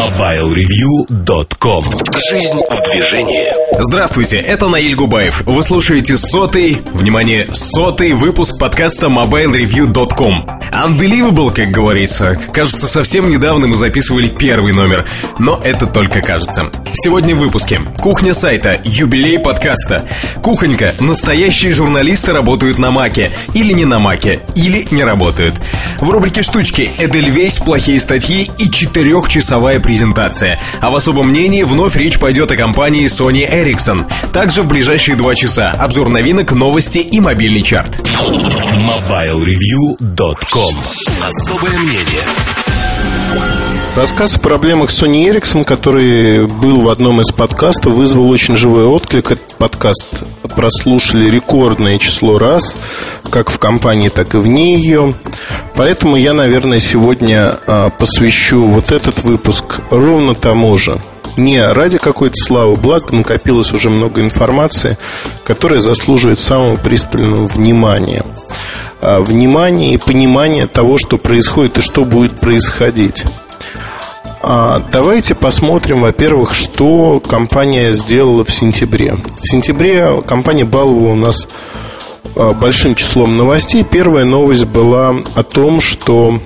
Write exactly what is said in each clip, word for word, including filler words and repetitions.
мобайл ревью точка ком. Жизнь в движении. Здравствуйте, это Наиль Губаев. Вы слушаете сотый, внимание, сотый выпуск подкаста мобайл ревью точка ком. Unbelievable, как говорится. Кажется, совсем недавно мы записывали первый номер, но это только кажется. Сегодня в выпуске. Кухня сайта, юбилей подкаста. Кухонька. Настоящие журналисты работают на Маке. Или не на Маке, или не работают. В рубрике «Штучки» Эдельвейс, плохие статьи и четырехчасовая презентация. А в особом мнении вновь речь пойдет о компании Sony Ericsson. Также в ближайшие два часа обзор новинок, новости и мобильный чарт. мобайл ревью точка ком. Особое мнение. Рассказ о проблемах Sony Ericsson, который был в одном из подкастов, вызвал очень живой отклик. Этот подкаст прослушали рекордное число раз, как в компании, так и вне ее. Поэтому я, наверное, сегодня посвящу вот этот выпуск ровно тому же. Не ради какой-то славы, благо накопилось уже много информации, которая заслуживает самого пристального внимания. Внимания и понимания того, что происходит и что будет происходить. Давайте посмотрим, во-первых, что компания сделала в сентябре. В сентябре компания баловала нас большим числом новостей. Первая новость была о том, что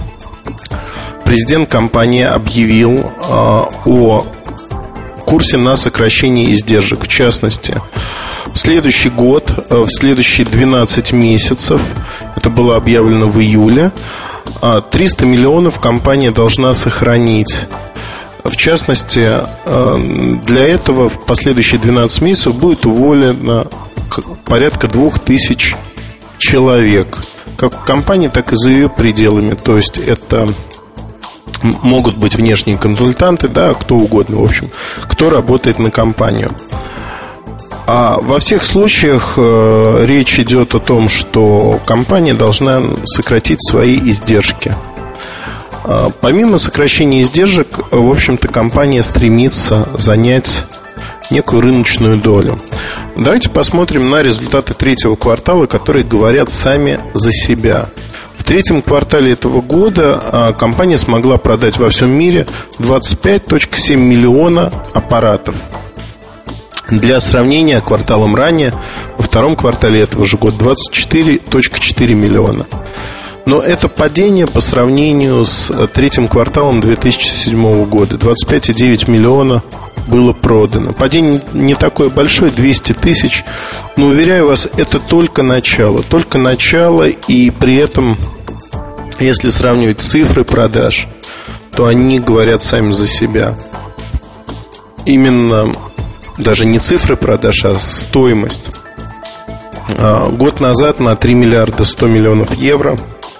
президент компании объявил о курсе на сокращение издержек. В частности, в следующий год, в следующие двенадцать месяцев, это было объявлено в июле, триста миллионов компания должна сохранить. В частности, для этого в последующие двенадцать месяцев будет уволено порядка двух тысяч человек, как в компании, так и за ее пределами. То есть это могут быть внешние консультанты, да, кто угодно, в общем, кто работает на компанию. А во всех случаях э, речь идет о том, что компания должна сократить свои издержки. э, Помимо сокращения издержек, в общем-то, компания стремится занять некую рыночную долю. Давайте посмотрим на результаты третьего квартала, которые говорят сами за себя. В третьем квартале этого года э, компания смогла продать во всем мире двадцать пять целых семь миллиона аппаратов. Для сравнения, кварталом ранее, во втором квартале этого же года, двадцать четыре целых четыре миллиона. Но это падение по сравнению с третьим кварталом две тысячи седьмого года. двадцать пять целых девять миллиона было продано. Падение не такое большое, двести тысяч. Но, уверяю вас, это только начало. Только начало, и при этом, если сравнивать цифры продаж, то они говорят сами за себя. Именно... Даже не цифры продаж, а стоимость. Год назад на три миллиарда сто миллионов евро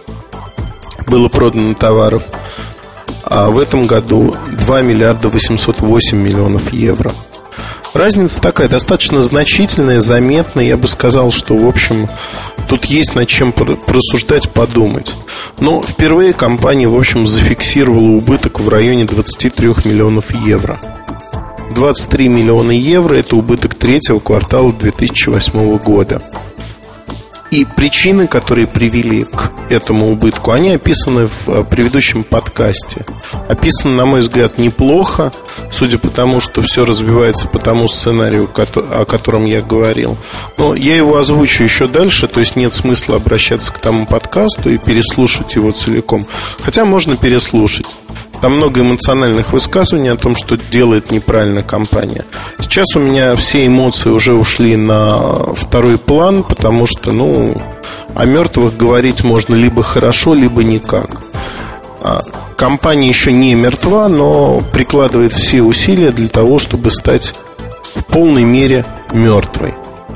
было продано товаров, а в этом году два миллиарда восемьсот восемь миллионов евро. Разница такая, достаточно значительная, заметная. Я бы сказал, что, в общем, тут есть над чем просуждать, подумать. Но впервые компания, в общем, зафиксировала убыток в районе двадцать три миллионов евро. двадцать три миллиона евро – это убыток третьего квартала две тысячи восьмого года. И причины, которые привели к этому убытку, они описаны в предыдущем подкасте. Описаны, на мой взгляд, неплохо, судя по тому, что все развивается по тому сценарию, о котором я говорил. Но я его озвучу еще дальше, то есть нет смысла обращаться к тому подкасту и переслушать его целиком. Хотя можно переслушать. Там много эмоциональных высказываний о том, что делает неправильно компания. Сейчас у меня все эмоции уже ушли на второй план, потому что, ну, о мертвых говорить можно либо хорошо, либо никак. Компания еще не мертва, но прикладывает все усилия для того, чтобы стать в полной мере мертвой.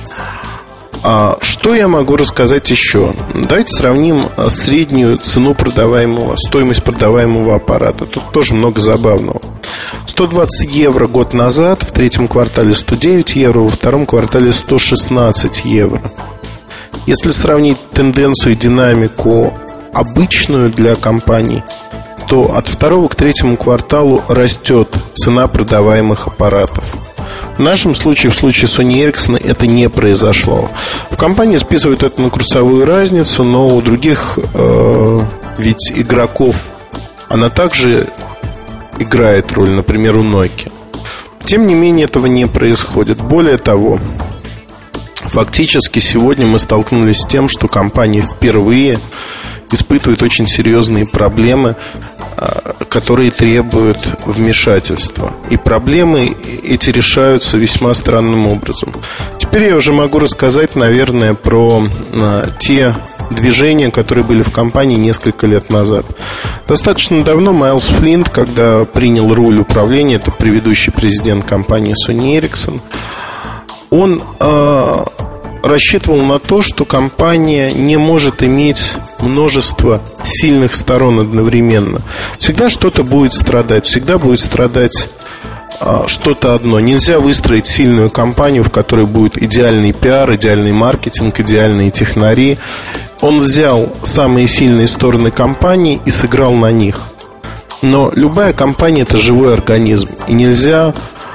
А что я могу рассказать еще? Давайте сравним среднюю цену продаваемого, стоимость продаваемого аппарата. Тут тоже много забавного. сто двадцать евро год назад, в третьем квартале сто девять евро, во втором квартале сто шестнадцать евро. Если сравнить тенденцию и динамику обычную для компаний, то от второго к третьему кварталу растет цена продаваемых аппаратов. В нашем случае, в случае Sony Ericsson, это не произошло. В компании списывают это на курсовую разницу, но у других э, ведь игроков она также играет роль, например, у Nokia. Тем не менее, этого не происходит. Более того, фактически сегодня мы столкнулись с тем, что компания впервые испытывает очень серьезные проблемы, которые требуют вмешательства. И проблемы эти решаются весьма странным образом. Теперь я уже могу рассказать, наверное, про те движения, которые были в компании несколько лет назад. Достаточно давно Майлз Флинт, когда принял роль управления, это предыдущий президент компании Sony Ericsson, он э, рассчитывал на то, что компания не может иметь множество сильных сторон одновременно. Всегда что-то будет страдать, всегда будет страдать э, что-то одно. Нельзя выстроить сильную компанию, в которой будет идеальный пиар, идеальный маркетинг, идеальные технари. Он взял самые сильные стороны компании и сыграл на них. Но любая компания – это живой организм. И нельзя,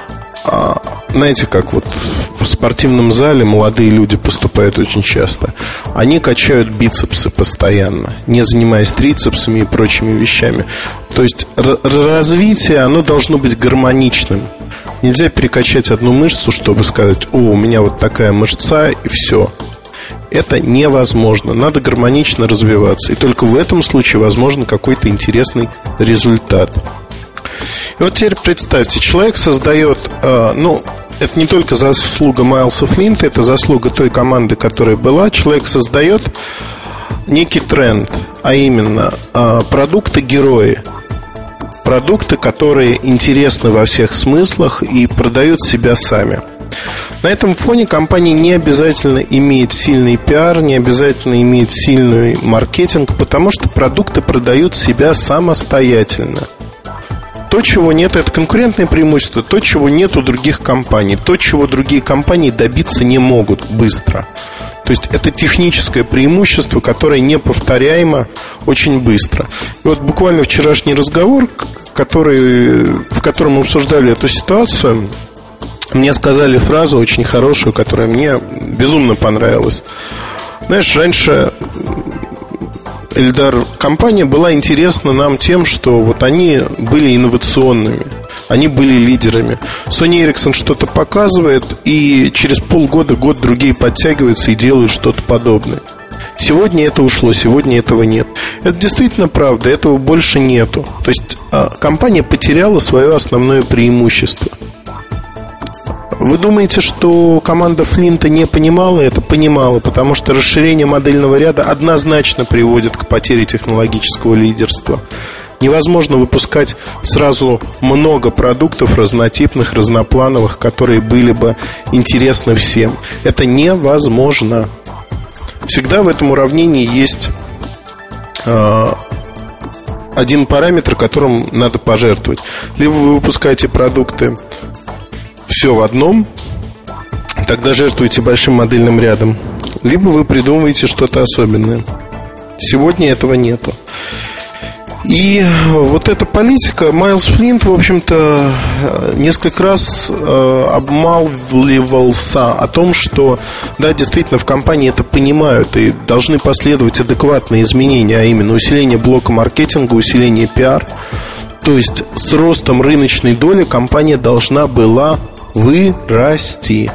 знаете, как вот в спортивном зале молодые люди поступают очень часто. Они качают бицепсы постоянно, не занимаясь трицепсами и прочими вещами. То есть развитие, оно должно быть гармоничным. Нельзя перекачать одну мышцу, чтобы сказать: о, у меня вот такая мышца, и все. Это невозможно. Надо гармонично развиваться. И только в этом случае возможен какой-то интересный результат. И вот теперь представьте, человек создает, э, ну, это не только заслуга Майлса Флинта, это заслуга той команды, которая была. Человек создает некий тренд, а именно э, продукты-герои. Продукты, которые интересны во всех смыслах и продают себя сами. На этом фоне компания не обязательно имеет сильный пиар, не обязательно имеет сильный маркетинг, потому что продукты продают себя самостоятельно. То, чего нет, это конкурентное преимущество. То, чего нет у других компаний. То, чего другие компании добиться не могут быстро. То есть это техническое преимущество, которое неповторяемо очень быстро. И вот буквально вчерашний разговор, который, в котором мы обсуждали эту ситуацию, мне сказали фразу очень хорошую, которая мне безумно понравилась. Знаешь, раньше, Эльдар, компания была интересна нам тем, что вот они были инновационными, они были лидерами. Sony Ericsson что-то показывает, и через полгода, год другие подтягиваются и делают что-то подобное. Сегодня это ушло, сегодня этого нет. Это действительно правда, этого больше нету. То есть компания потеряла свое основное преимущество. Вы думаете, что команда Флинта не понимала это? Понимала, потому что расширение модельного ряда однозначно приводит к потере технологического лидерства. Невозможно выпускать сразу много продуктов разнотипных, разноплановых, которые были бы интересны всем. Это невозможно. Всегда в этом уравнении есть э, один параметр, которым надо пожертвовать. Либо вы выпускаете продукты все в одном, тогда жертвуете большим модельным рядом, либо вы придумываете что-то особенное. Сегодня этого нету. И вот эта политика, Майлз Флинт, в общем-то, несколько раз обмалвливался о том, что, да, действительно, в компании это понимают и должны последовать адекватные изменения, а именно усиление блока маркетинга, усиление пиар. То есть с ростом рыночной доли компания должна была вырасти.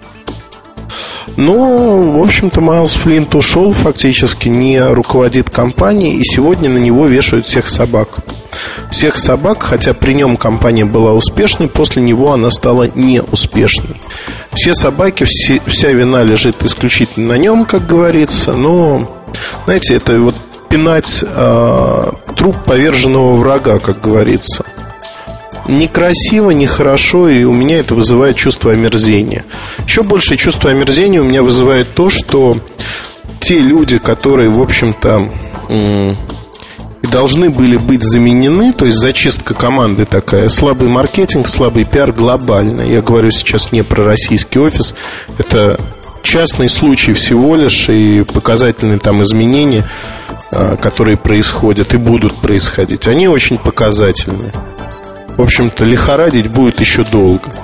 Но, в общем-то, Майлз Флинт ушел, фактически не руководит компанией, и сегодня на него вешают всех собак. Всех собак, хотя при нем компания была успешной, после него она стала неуспешной. Все собаки, все, вся вина лежит исключительно на нем, как говорится. Но, знаете, это вот пинать э, труп поверженного врага, как говорится. Некрасиво, нехорошо, и у меня это вызывает чувство омерзения. Еще большее чувство омерзения у меня вызывает то, что те люди, которые, в общем-то, м- должны были быть заменены, то есть зачистка команды такая, слабый маркетинг, слабый пиар глобально. Я говорю сейчас не про российский офис, это частный случай всего лишь, и показательные там изменения, которые происходят и будут происходить, они очень показательны. В общем-то, лихорадить будет еще долго.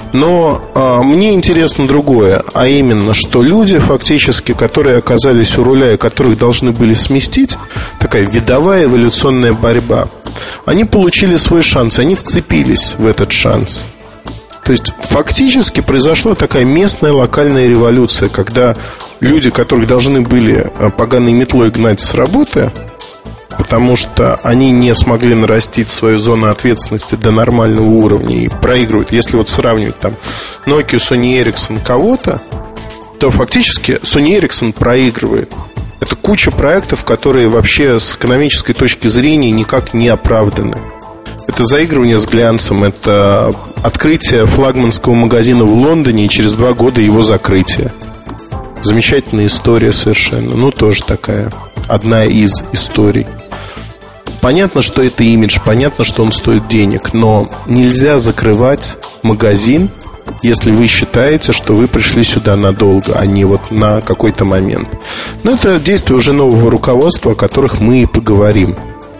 Но а, мне интересно другое, а именно, что люди фактически, которые оказались у руля и которых должны были сместить, такая видовая эволюционная борьба, они получили свой шанс, они вцепились в этот шанс. То есть фактически произошла такая местная локальная революция, когда люди, которых должны были поганой метлой гнать с работы, потому что они не смогли нарастить свою зону ответственности до нормального уровня и проигрывают. Если вот сравнивать там Nokia, Sony Ericsson, кого-то, то фактически Sony Ericsson проигрывает. Это куча проектов, которые вообще с экономической точки зрения никак не оправданы. Это заигрывание с глянцем, это открытие флагманского магазина в Лондоне и через два года его закрытие. Замечательная история совершенно. Ну, тоже такая, одна из историй. Понятно, что это имидж, понятно, что он стоит денег, но нельзя закрывать магазин, если вы считаете, что вы пришли сюда надолго, а не вот на какой-то момент. Но это действия уже нового руководства, о которых мы и поговорим.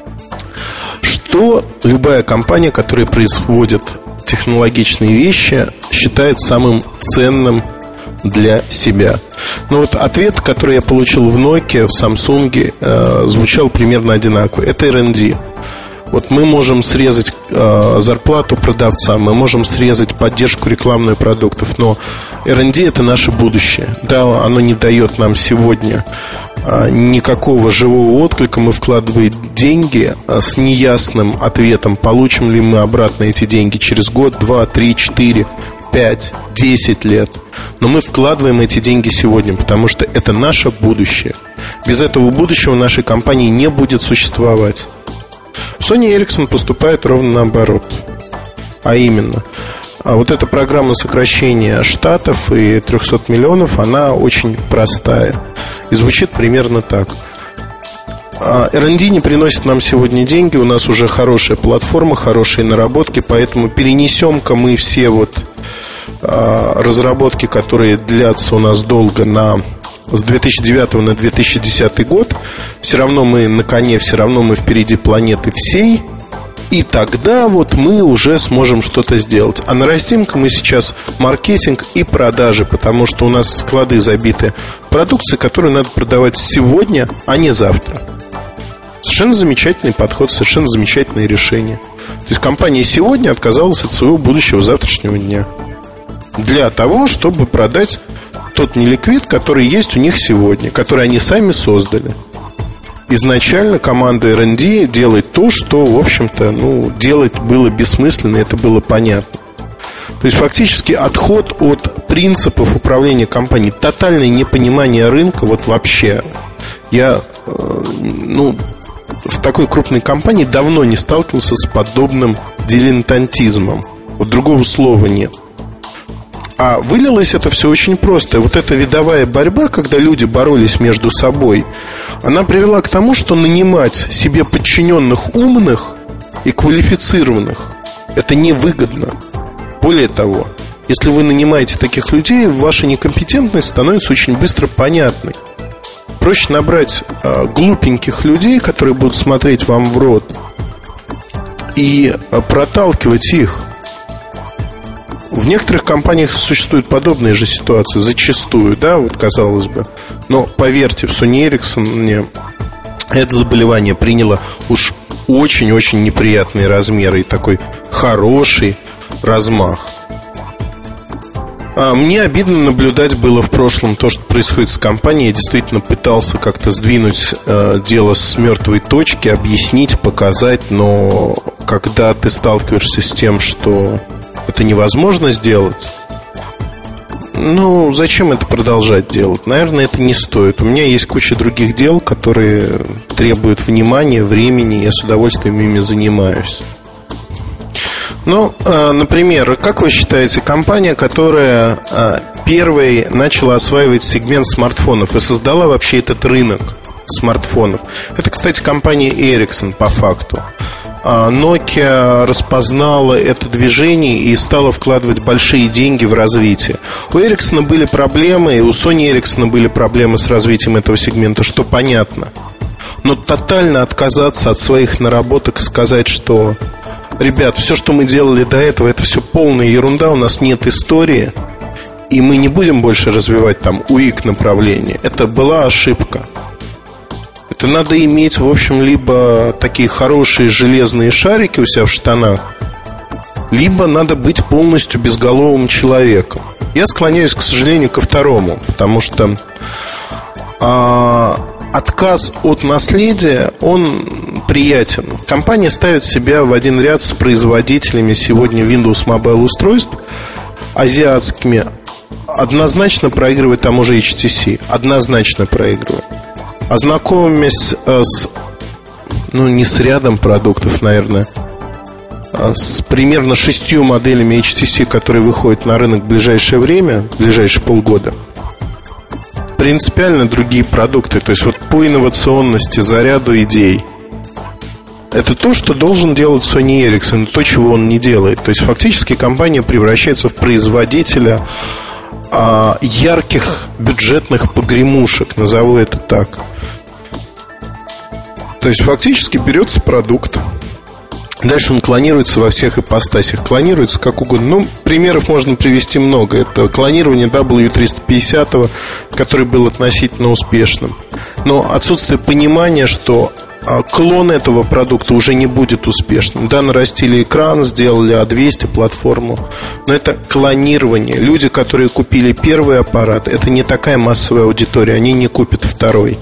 Что любая компания, которая производит технологичные вещи, считает самым ценным для себя? Ну вот ответ, который я получил в Nokia, в Samsung, э, звучал примерно одинаково. Это эр энд ди. Вот мы можем срезать э, зарплату продавца, мы можем срезать поддержку рекламных продуктов, но эр энд ди это наше будущее. Да, оно не дает нам сегодня э, никакого живого отклика. Мы вкладываем деньги э, с неясным ответом, получим ли мы обратно эти деньги через год, два, три, четыре, пять, десять лет. Но мы вкладываем эти деньги сегодня, потому что это наше будущее. Без этого будущего нашей компании не будет существовать. Sony Ericsson поступает ровно наоборот. А именно, а вот эта программа сокращения штатов и триста миллионов, она очень простая и звучит примерно так. эр энд ди не приносит нам сегодня деньги. У нас уже хорошая платформа, хорошие наработки. Поэтому перенесем-ка мы все вот а, разработки, которые длятся у нас долго, на с две тысячи девятого на две тысячи десятый год. Все равно мы на коне, все равно мы впереди планеты всей. И тогда вот мы уже сможем что-то сделать. А нарастим-ка мы сейчас маркетинг и продажи, потому что у нас склады забиты продукцией, которую надо продавать сегодня, а не завтра. Совершенно замечательный подход, совершенно замечательное решение. То есть компания сегодня отказалась от своего будущего завтрашнего дня для того, чтобы продать тот неликвид, который есть у них сегодня, который они сами создали. Изначально команда эр энд ди делает то, что, в общем-то, ну, делать было бессмысленно, это было понятно. То есть фактически отход от принципов управления компанией, тотальное непонимание рынка, вот вообще. Я, э, ну, в такой крупной компании давно не сталкивался с подобным дилетантизмом. Вот другого слова нет. А вылилось это все очень просто. Вот эта видовая борьба, когда люди боролись между собой, она привела к тому, что нанимать себе подчиненных умных и квалифицированных — это невыгодно. Более того, если вы нанимаете таких людей, ваша некомпетентность становится очень быстро понятной. Проще набрать а, глупеньких людей, которые будут смотреть вам в рот, и а, проталкивать их. В некоторых компаниях существуют подобные же ситуации, зачастую, да, вот казалось бы. Но поверьте, в Sony Ericsson это заболевание приняло уж очень-очень неприятные размеры и такой хороший размах. А мне обидно наблюдать было в прошлом то, что происходит с компанией. Я действительно пытался как-то сдвинуть э, дело с мертвой точки, объяснить, показать. Но когда ты сталкиваешься с тем, что это невозможно сделать, ну, зачем это продолжать делать? Наверное, это не стоит. У меня есть куча других дел, которые требуют внимания, времени. Я с удовольствием ими занимаюсь. Ну, например, как вы считаете, компания, которая первой начала осваивать сегмент смартфонов и создала вообще этот рынок смартфонов? Это, кстати, компания Ericsson по факту. Nokia распознала это движение и стала вкладывать большие деньги в развитие. У Ericsson были проблемы, и у Sony Ericsson были проблемы с развитием этого сегмента, что понятно. Но тотально отказаться от своих наработок и сказать, что ребят, все, что мы делали до этого, это все полная ерунда, у нас нет истории, и мы не будем больше развивать там ю экс направление. Это была ошибка. Это надо иметь, в общем, либо такие хорошие железные шарики у себя в штанах, либо надо быть полностью безголовым человеком. Я склоняюсь, к сожалению, ко второму, потому что а, отказ от наследия, он приятен. Компания ставит себя в один ряд с производителями сегодня Windows Mobile устройств азиатскими. Однозначно проигрывает тому же эйч ти си. Однозначно проигрывает. Ознакомясь с, ну, не с рядом продуктов, наверное, а с примерно шестью моделями эйч ти си, которые выходят на рынок в ближайшее время, в ближайшие полгода, принципиально другие продукты. То есть вот по инновационности, заряду идей. Это то, что должен делать Sony Ericsson, то, чего он не делает. То есть фактически компания превращается в производителя а, ярких бюджетных погремушек, назову это так. То есть фактически берется продукт, дальше он клонируется во всех ипостасях. Клонируется как угодно. Ну, примеров можно привести много. Это клонирование дабл ю триста пятьдесят, который был относительно успешным. Но отсутствие понимания, что клон этого продукта уже не будет успешным. Да, нарастили экран, сделали а двести платформу, но это клонирование. Люди, которые купили первый аппарат, это не такая массовая аудитория, они не купят второй.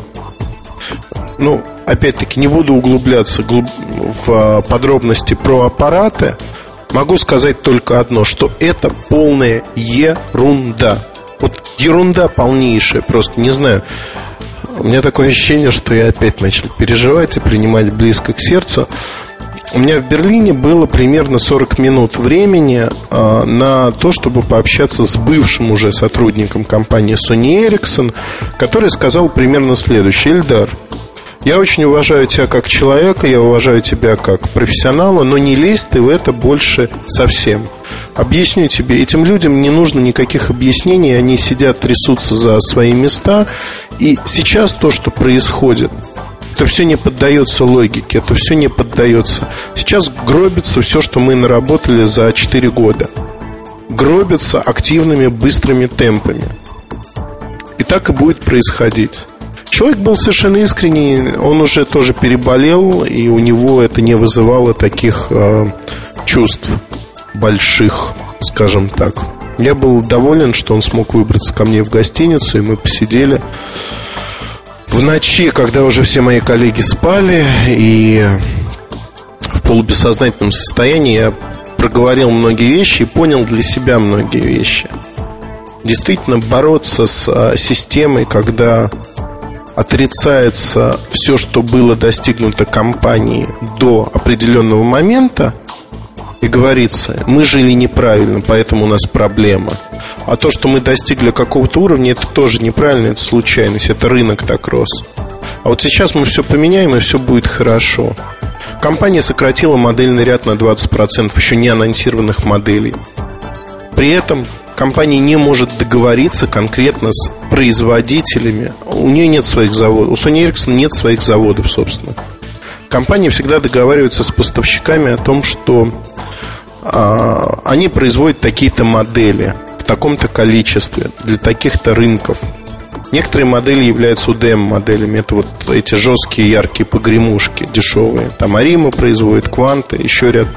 Ну, опять-таки, не буду углубляться в подробности про аппараты. Могу сказать только одно, что это полная ерунда. Вот ерунда полнейшая, просто не знаю. У меня такое ощущение, что я опять начал переживать и принимать близко к сердцу. У меня в Берлине было примерно сорок минут времени э, на то, чтобы пообщаться с бывшим уже сотрудником компании Sony Ericsson, который сказал примерно следующее: Эльдар, я очень уважаю тебя как человека, я уважаю тебя как профессионала, но не лезь ты в это больше совсем. Объясню тебе, этим людям не нужно никаких объяснений, они сидят, трясутся за свои места. И сейчас то, что происходит, это все не поддается логике, это все не поддается. Сейчас гробится все, что мы наработали за четыре года. Гробится активными, быстрыми темпами. И так и будет происходить. Человек был совершенно искренний, он уже тоже переболел, и у него это не вызывало таких э, чувств больших, скажем так. Я был доволен, что он смог выбраться ко мне в гостиницу, и мы посидели в ночи, когда уже все мои коллеги спали, и в полубессознательном состоянии я проговорил многие вещи и понял для себя многие вещи. Действительно, бороться с системой, когда отрицается все, что было достигнуто компанией до определенного момента, и говорится, мы жили неправильно, поэтому у нас проблема. А то, что мы достигли какого-то уровня, это тоже неправильно, это случайность, это рынок так рос. А вот сейчас мы все поменяем, и все будет хорошо. Компания сократила модельный ряд на двадцать процентов еще не анонсированных моделей. При этом компания не может договориться конкретно с производителями. У нее нет своих заводов. У Sony Ericsson нет своих заводов, собственно. Компания всегда договаривается с поставщиками о том, что а, они производят такие-то модели в таком-то количестве для таких-то рынков. Некоторые модели являются ю ди эм-моделями. Это вот эти жесткие, яркие погремушки, дешевые. Там Arima производит, Quanta, еще ряд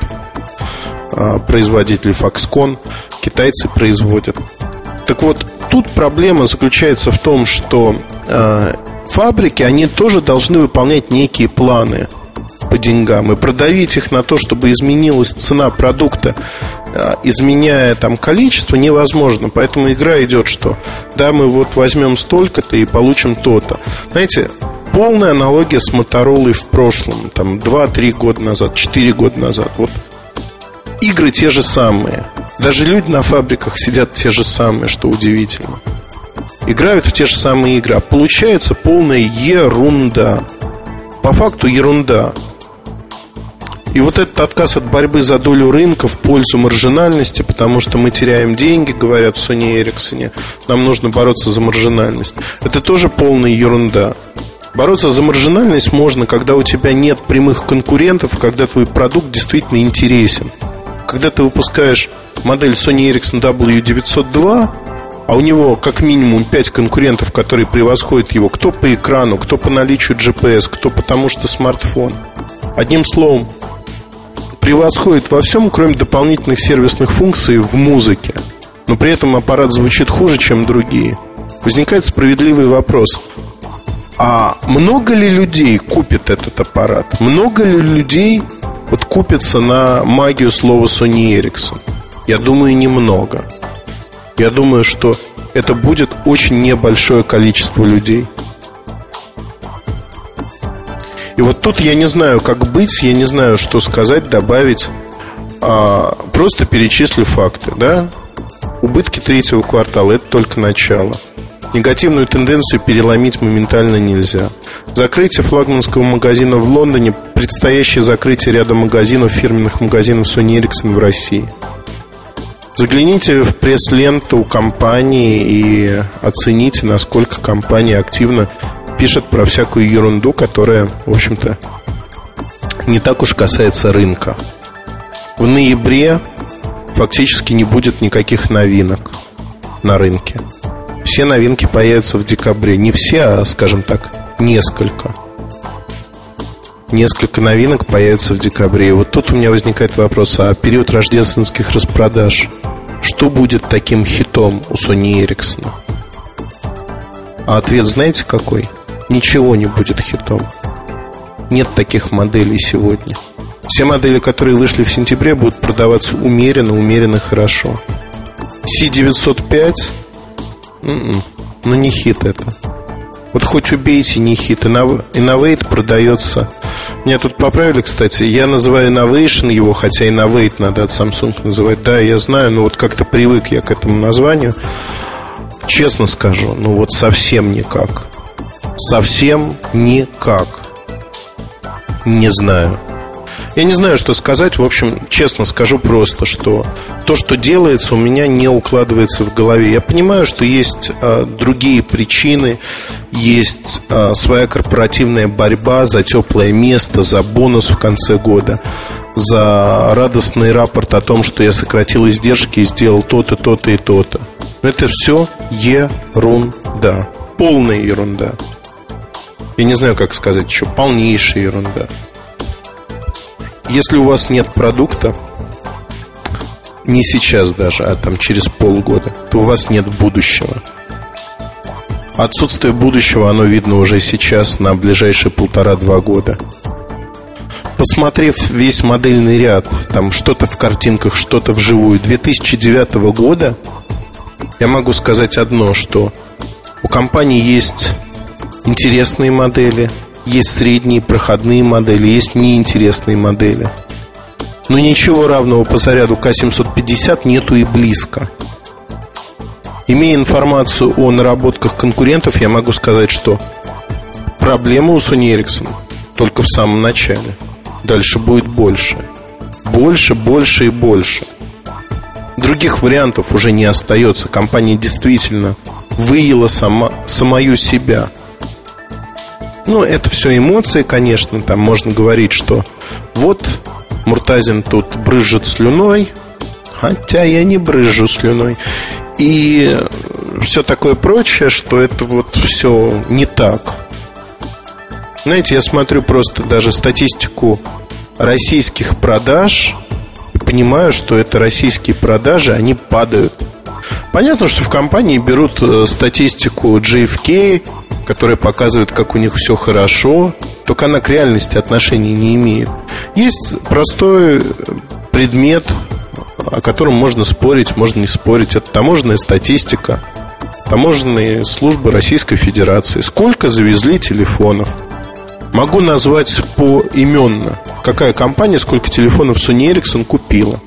а, производителей, Foxconn. Китайцы производят. Так вот, тут проблема заключается в том, что э, фабрики, они тоже должны выполнять некие планы по деньгам. И продавить их на то, чтобы изменилась цена продукта, э, изменяя там количество, невозможно. Поэтому игра идет, что да, мы вот возьмем столько-то и получим то-то. Знаете, полная аналогия с Моторолой в прошлом. Там два-три года назад, четыре года назад. Вот игры те же самые. Даже люди на фабриках сидят те же самые, что удивительно. Играют в те же самые игры. А получается полная ерунда. По факту ерунда. И вот этот отказ от борьбы за долю рынка в пользу маржинальности, потому что мы теряем деньги, говорят в Sony Ericsson, нам нужно бороться за маржинальность. Это тоже полная ерунда. Бороться за маржинальность можно, когда у тебя нет прямых конкурентов, когда твой продукт действительно интересен. Когда ты выпускаешь модель Sony Ericsson дабл ю девятьсот два, а у него как минимум пять конкурентов, которые превосходят его, кто по экрану, кто по наличию джи пи эс, кто потому что смартфон. Одним словом, превосходит во всем, кроме дополнительных сервисных функций в музыке. Но при этом аппарат звучит хуже, чем другие. Возникает справедливый вопрос: а много ли людей купит этот аппарат? Много ли людей вот купится на магию слова Sony Ericsson? Я думаю, немного. Я думаю, что это будет очень небольшое количество людей. И вот тут я не знаю, как быть, я не знаю, что сказать, добавить. а, Просто перечислю факты, да? Убытки третьего квартала – это только начало. Негативную тенденцию переломить моментально нельзя. Закрытие флагманского магазина в Лондоне, предстоящее закрытие ряда магазинов, фирменных магазинов Sony Ericsson в России. Загляните в пресс-ленту компании и оцените, насколько компания активно пишет про всякую ерунду, которая, в общем-то, не так уж касается рынка. В ноябре фактически не будет никаких новинок на рынке. Все новинки появятся в декабре. Не все, а, скажем так, несколько. Несколько новинок появятся в декабре. И вот тут у меня возникает вопрос: а период рождественских распродаж, что будет таким хитом у Sony Ericsson? А ответ знаете какой? Ничего не будет хитом. Нет таких моделей сегодня. Все модели, которые вышли в сентябре, будут продаваться умеренно, умеренно хорошо. си девятьсот пять, м-м, ну не хит это. Вот хоть убейте, не хит. Innovate продается. Меня тут поправили, кстати. Я называю Innovation его, хотя Innovate надо от Samsung называть. Да, я знаю, но вот как-то привык я к этому названию. Честно скажу, ну вот совсем никак. Совсем никак. Не знаю. Я не знаю, что сказать. В общем, честно скажу просто, что то, что делается, у меня не укладывается в голове. Я понимаю, что есть а, другие причины. Есть а, своя корпоративная борьба за теплое место, за бонус в конце года, за радостный рапорт о том, что я сократил издержки и сделал то-то, то-то и то-то. Но это все ерунда. Полная ерунда. Я не знаю, как сказать еще. Полнейшая ерунда. Если у вас нет продукта, не сейчас даже, а там через полгода, то у вас нет будущего. Отсутствие будущего, оно видно уже сейчас, на ближайшие полтора-два года. Посмотрев весь модельный ряд, там что-то в картинках, что-то вживую, две тысячи девятого года, я могу сказать одно, что у компании есть интересные модели, есть средние проходные модели, есть неинтересные модели. Но ничего равного по заряду К семьсот пятьдесят нету и близко. Имея информацию о наработках конкурентов, я могу сказать, что проблема у Sony Ericsson только в самом начале. Дальше будет больше. Больше, больше и больше. Других вариантов уже не остается. Компания действительно выела сама, самую себя. Ну, это все эмоции, конечно. Там можно говорить, что вот Муртазин тут брызжет слюной, хотя я не брызжу слюной. И все такое прочее, что это вот все не так. Знаете, я смотрю просто даже статистику российских продаж и понимаю, что это российские продажи, они падают. Понятно, что в компании берут статистику джей эф кей, которая показывает, как у них все хорошо, только она к реальности отношения не имеет. Есть простой предмет, о котором можно спорить, можно не спорить. Это таможенная статистика, таможенные службы Российской Федерации. Сколько завезли телефонов? Могу назвать поименно, какая компания сколько телефонов Sony Ericsson купила.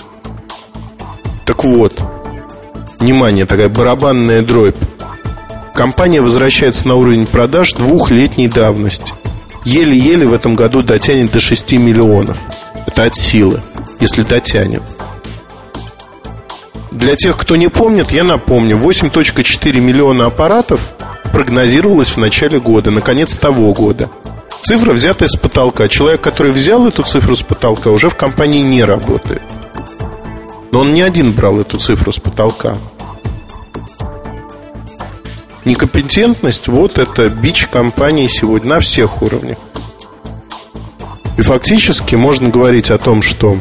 Так вот, внимание, такая барабанная дробь. Компания возвращается на уровень продаж двухлетней давности. Еле-еле в этом году дотянет до шести миллионов. Это от силы, если дотянет. Для тех, кто не помнит, я напомню: восемь целых четыре миллиона аппаратов прогнозировалось в начале года, на конец того года. Цифра взята с потолка. Человек, который взял эту цифру с потолка, уже в компании не работает. Но он не один брал эту цифру с потолка. Некомпетентность, вот это бич компании сегодня на всех уровнях. И фактически можно говорить о том, что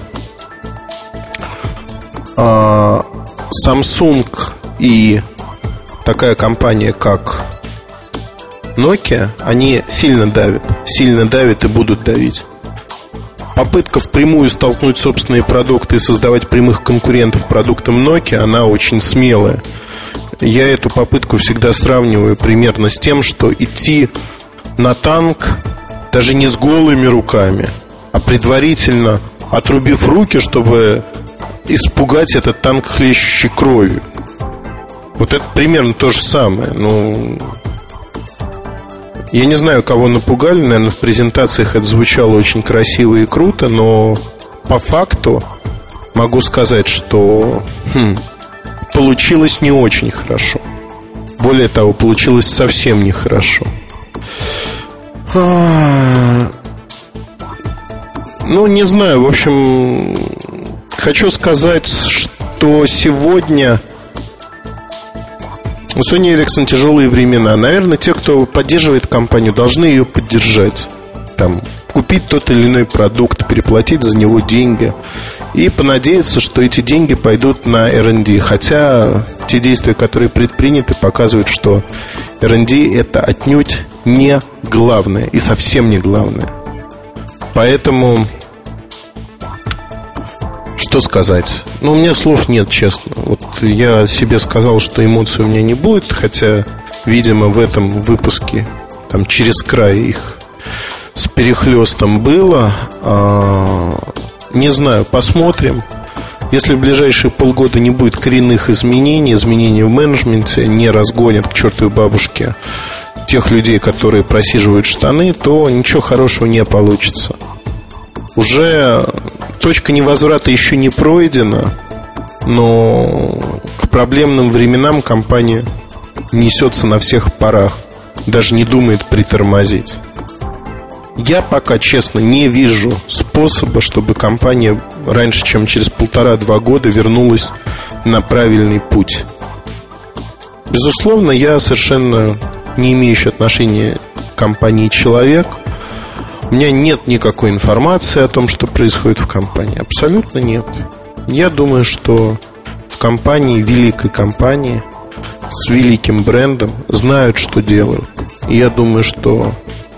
а, Samsung и такая компания, как Nokia, они сильно давят. Сильно давят и будут давить. Попытка впрямую столкнуть собственные продукты и создавать прямых конкурентов продуктам Nokia, она очень смелая. Я эту попытку всегда сравниваю примерно с тем, что идти на танк даже не с голыми руками, а предварительно отрубив руки, чтобы испугать этот танк хлещущей кровью. Вот это примерно то же самое. Ну, я не знаю, кого напугали. Наверное, в презентациях это звучало очень красиво и круто, но по факту могу сказать, что хм, получилось не очень хорошо. Более того, получилось совсем нехорошо. Ну, не знаю. В общем, хочу сказать, что сегодня у Sony Ericsson тяжелые времена. Наверное, те, кто поддерживает компанию, должны ее поддержать. Там, купить тот или иной продукт, переплатить за него деньги и понадеяться, что эти деньги пойдут на эр энд ди. Хотя те действия, которые предприняты, показывают, что эр энд ди это отнюдь не главное и совсем не главное. Поэтому что сказать? Ну, у меня слов нет, честно. Вот я себе сказал, что эмоций у меня не будет, хотя, видимо, в этом выпуске там через край их с перехлестом было. а, Не знаю, посмотрим. Если в ближайшие полгода не будет коренных изменений, изменений в менеджменте, не разгонят к чертовой бабушке тех людей, которые просиживают штаны, то ничего хорошего не получится. Уже точка невозврата еще не пройдена, но к проблемным временам компания несется на всех парах, даже не думает притормозить. Я пока, честно, не вижу способа, чтобы компания раньше, чем через полтора-два года вернулась на правильный путь. Безусловно, я совершенно не имеющий отношения к компании человек. У меня нет никакой информации о том, что происходит в компании. Абсолютно нет. Я думаю, что в компании, великой компании, с великим брендом знают, что делают. И я думаю, что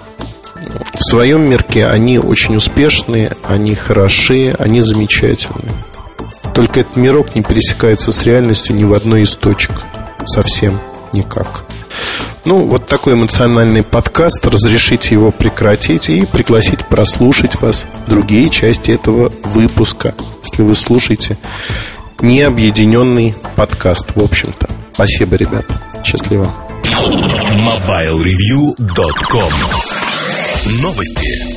в своем мирке они очень успешные, они хороши, они замечательные. Только этот мирок не пересекается с реальностью ни в одной из точек. Совсем никак. Ну, вот такой эмоциональный подкаст. Разрешите его прекратить и пригласить прослушать вас другие части этого выпуска, если вы слушаете необъединенный подкаст, в общем-то. Спасибо, ребята. Счастливо. мобайл ревью точка ком. Новости.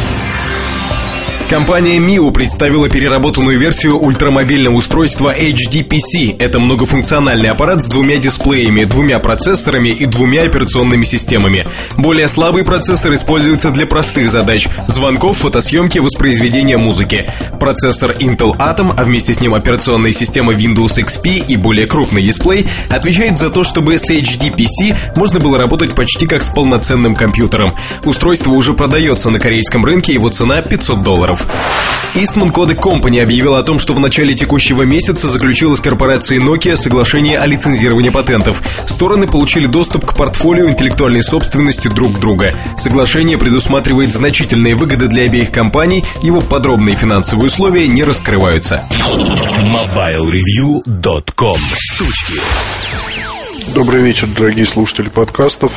Компания миу представила переработанную версию ультрамобильного устройства эйч ди пи си. Это многофункциональный аппарат с двумя дисплеями, двумя процессорами и двумя операционными системами. Более слабый процессор используется для простых задач – звонков, фотосъемки, воспроизведения музыки. Процессор Intel Atom, а вместе с ним операционная система Windows икс пи и более крупный дисплей отвечают за то, чтобы с эйч ди пи си можно было работать почти как с полноценным компьютером. Устройство уже продается на корейском рынке, его цена пятьсот долларов. Eastman Kodak Company объявила о том, что в начале текущего месяца заключила с корпорацией Nokia соглашение о лицензировании патентов. Стороны получили доступ к портфолио интеллектуальной собственности друг друга. Соглашение предусматривает значительные выгоды для обеих компаний, его подробные финансовые условия не раскрываются. мобайл ревью точка ком. Штучки. Добрый вечер, дорогие слушатели подкастов.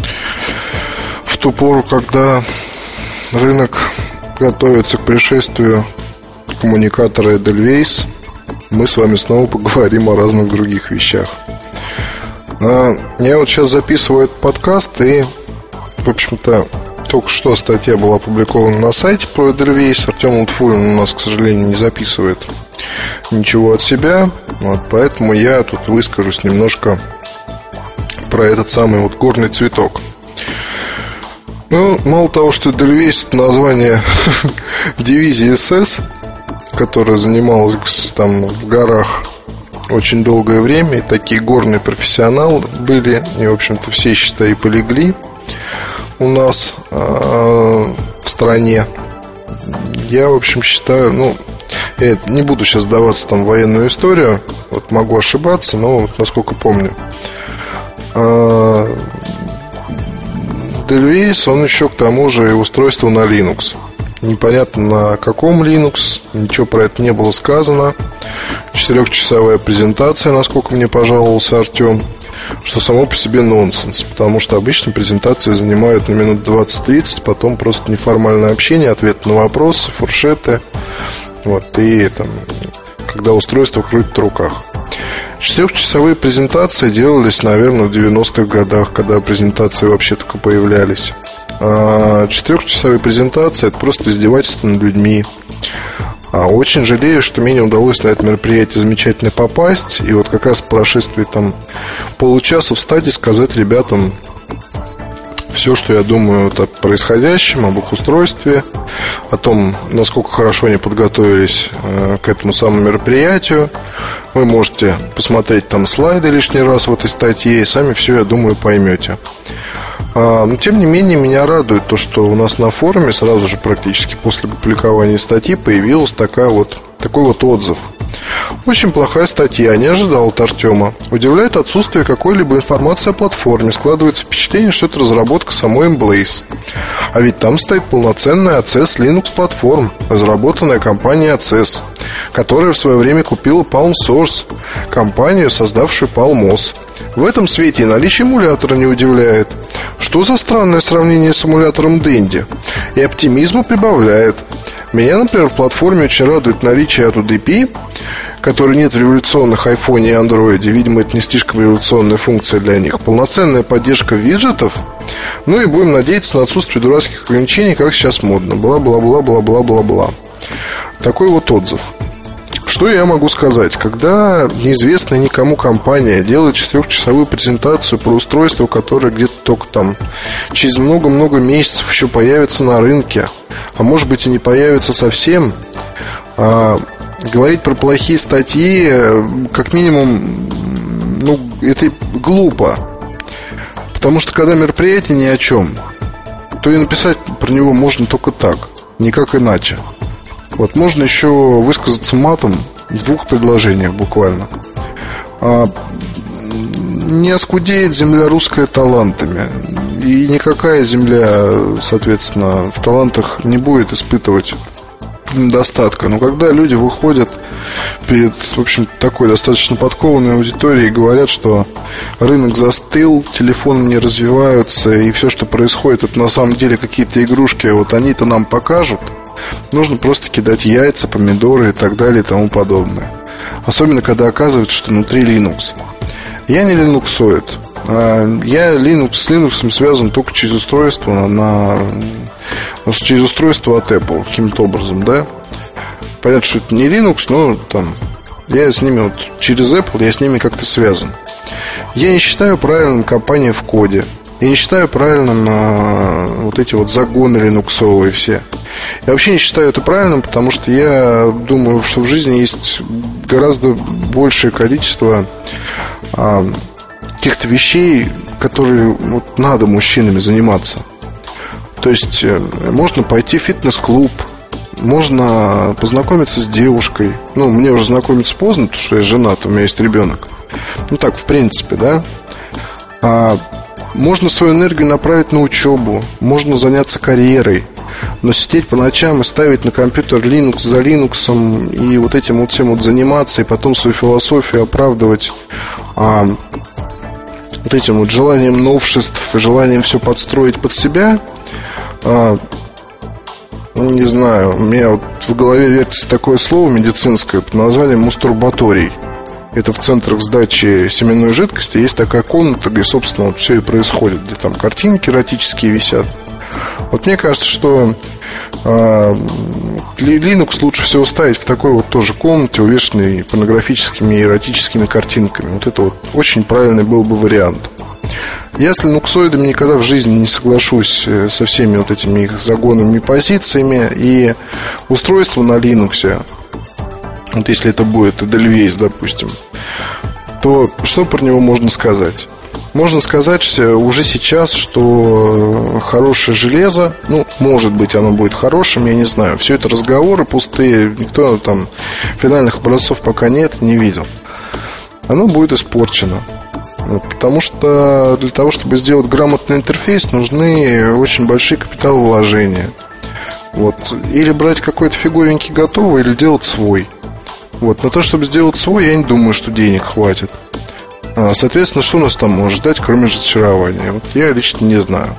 В ту пору, когда рынок готовится к пришествию коммуникатора Edelweiss, мы с вами снова поговорим о разных других вещах. Я вот сейчас записываю этот подкаст, и, в общем-то, только что статья была опубликована на сайте про Edelweiss. Артем Лутфуллин у нас, к сожалению, не записывает ничего от себя, вот, поэтому я тут выскажусь немножко про про этот самый вот горный цветок. Ну, мало того, что Эдельвейс — это название дивизии эс эс, которая занималась там в горах очень долгое время, и такие горные профессионалы были, и, в общем-то, все, считай, полегли у нас э, в стране. Я, в общем, считаю, ну, я не буду сейчас вдаваться там в военную историю, вот могу ошибаться, но вот насколько помню, э, Эдельвейс, он еще к тому же и устройство на Linux. Непонятно на каком Linux, ничего про это не было сказано. Четырехчасовая презентация, насколько мне пожаловался Артем, что само по себе нонсенс, потому что обычно презентации занимают на минут двадцать-тридцать, потом просто неформальное общение, ответы на вопросы, фуршеты, вот, и там, когда устройство крутит в руках. Четырехчасовые презентации делались, наверное, в девяностых годах, когда презентации вообще только появлялись. А четырехчасовые презентации — это просто издевательство над людьми. А очень жалею, что мне не удалось на это мероприятие замечательно попасть. И вот как раз в прошествии там получаса встать и сказать ребятам все, что я думаю вот о происходящем, об их устройстве, о том, насколько хорошо они подготовились э, к этому самому мероприятию. Вы можете посмотреть там слайды лишний раз в этой статье, и сами все, я думаю, поймете. а, Но, тем не менее, меня радует то, что у нас на форуме сразу же практически после публикования статьи появился такая вот, такой вот отзыв. Очень плохая статья, не ожидал от Артема. Удивляет отсутствие какой-либо информации о платформе. Складывается впечатление, что это разработка самой Emblaze. А ведь там стоит полноценная Access Linux платформа, разработанная компанией Access, которая в свое время купила Palm Source, компанию, создавшую Palmos. В этом свете и наличие эмулятора не удивляет. Что за странное сравнение с эмулятором Dendy? И оптимизма прибавляет. Меня, например, в платформе очень радует наличие эй ди пи, которой нет в революционных iPhone и Android. Видимо, это не слишком революционная функция для них. Полноценная поддержка виджетов. Ну и будем надеяться на отсутствие дурацких ограничений, как сейчас модно. Бла-бла-бла-бла-бла-бла-бла. Такой вот отзыв. Что я могу сказать? Когда неизвестная никому компания делает четырехчасовую презентацию про устройство, которое где-то только там через много-много месяцев еще появится на рынке, а может быть и не появится совсем, а, говорить про плохие статьи, как минимум, ну, это глупо. Потому что когда мероприятие ни о чем, то и написать про него можно только так, никак иначе. Вот, можно еще высказаться матом в двух предложениях буквально. а, Не оскудеет земля русская талантами. И никакая земля, соответственно, в талантах не будет испытывать недостатка. Но когда люди выходят перед, в общем, такой достаточно подкованной аудиторией и говорят, что рынок застыл, телефоны не развиваются, и все, что происходит, это на самом деле какие-то игрушки, вот они-то нам покажут, нужно просто кидать яйца, помидоры и так далее и тому подобное. Особенно, когда оказывается, что внутри Linux. Я не линуксоид. Я Linux, с Linux связан только через устройство на, на, через устройство от Apple, каким-то образом, да. Понятно, что это не Linux, но там я с ними вот, через Apple я с ними как-то связан. Я не считаю правильным копание в коде. Я не считаю правильным а, вот эти вот загоны линуксовые все. Я вообще не считаю это правильным, потому что я думаю, что в жизни есть гораздо большее количество а, каких-то вещей, которые вот, надо мужчинами заниматься. То есть можно пойти в фитнес-клуб, можно познакомиться с девушкой. Ну, мне уже знакомиться поздно, потому что я женат, у меня есть ребенок. Ну так, в принципе, да. А можно свою энергию направить на учебу, можно заняться карьерой. Но сидеть по ночам и ставить на компьютер Linux за Linux и вот этим вот всем вот заниматься, и потом свою философию оправдывать а, вот этим вот желанием новшеств, желанием все подстроить под себя, а, не знаю, у меня вот в голове вертится такое слово медицинское под названием мастурбаторий. Это в центрах сдачи семенной жидкости есть такая комната, где, собственно, вот все и происходит, где там картинки эротические висят. Вот мне кажется, что э, Linux лучше всего ставить в такой вот тоже комнате, увешанной порнографическими и эротическими картинками. Вот это вот очень правильный был бы вариант. Я с линуксоидами никогда в жизни не соглашусь со всеми вот этими их загонными позициями. И устройство на Linux, вот если это будет Edelweiss, допустим, то что про него можно сказать? Можно сказать уже сейчас, что хорошее железо, ну, может быть, оно будет хорошим, я не знаю. Все это разговоры пустые, никто там финальных образцов пока нет, не видел. Оно будет испорчено. Вот, потому что для того, чтобы сделать грамотный интерфейс, нужны очень большие капиталовложения. Вот. Или брать какой-то фиговенький готовый, или делать свой. Вот. На то, чтобы сделать свой, я не думаю, что денег хватит. Соответственно, что нас там может ждать, кроме разочарования? Вот я лично не знаю.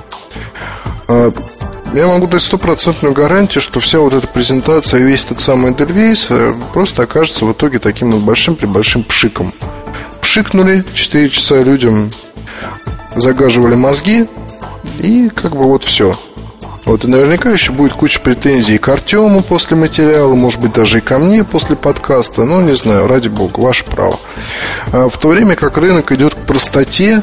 Я могу дать стопроцентную гарантию, что вся вот эта презентация, весь этот самый Edelweiss просто окажется в итоге таким вот большим-пребольшим пшиком. Пшикнули, четыре часа людям загаживали мозги, и как бы вот все. Вот, и наверняка еще будет куча претензий к Артему после материала, может быть, даже и ко мне после подкаста. Ну, не знаю, ради бога, ваше право. а В то время как рынок идет к простоте,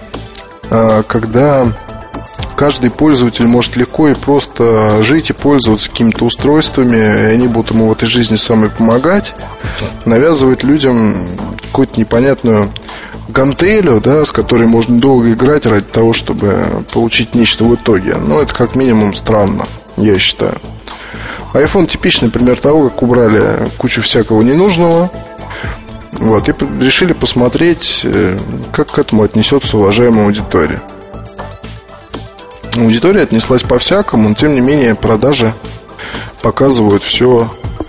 когда каждый пользователь может легко и просто жить и пользоваться какими-то устройствами, и они будут ему в этой жизни самой помогать, навязывать людям какую-то непонятную гантелю, да, с которой можно долго играть ради того, чтобы получить нечто в итоге. Но это как минимум странно, я считаю. iPhone типичный пример того, как убрали кучу всякого ненужного. Вот, и решили посмотреть, как к этому отнесется уважаемая аудитория. Аудитория отнеслась по-всякому, но тем не менее продажи показывают все,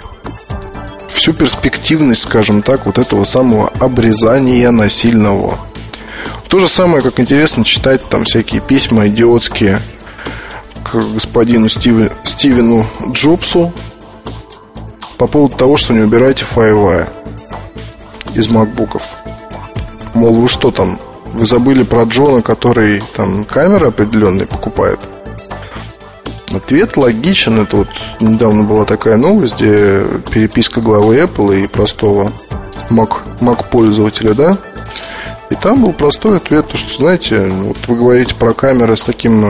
всю перспективность, скажем так, вот этого самого обрезания насильного. То же самое, как интересно читать там всякие письма идиотские к господину Стиве, Стивену Джобсу по поводу того, что не убирайте файлы из макбуков. Мол, вы что там, вы забыли про Джона, который там камеры определенные покупает? Ответ логичен. Это вот недавно была такая новость, где переписка главы Apple и простого Mac, Mac пользователя, да? И там был простой ответ, то, что, знаете, вот вы говорите про камеры с таким,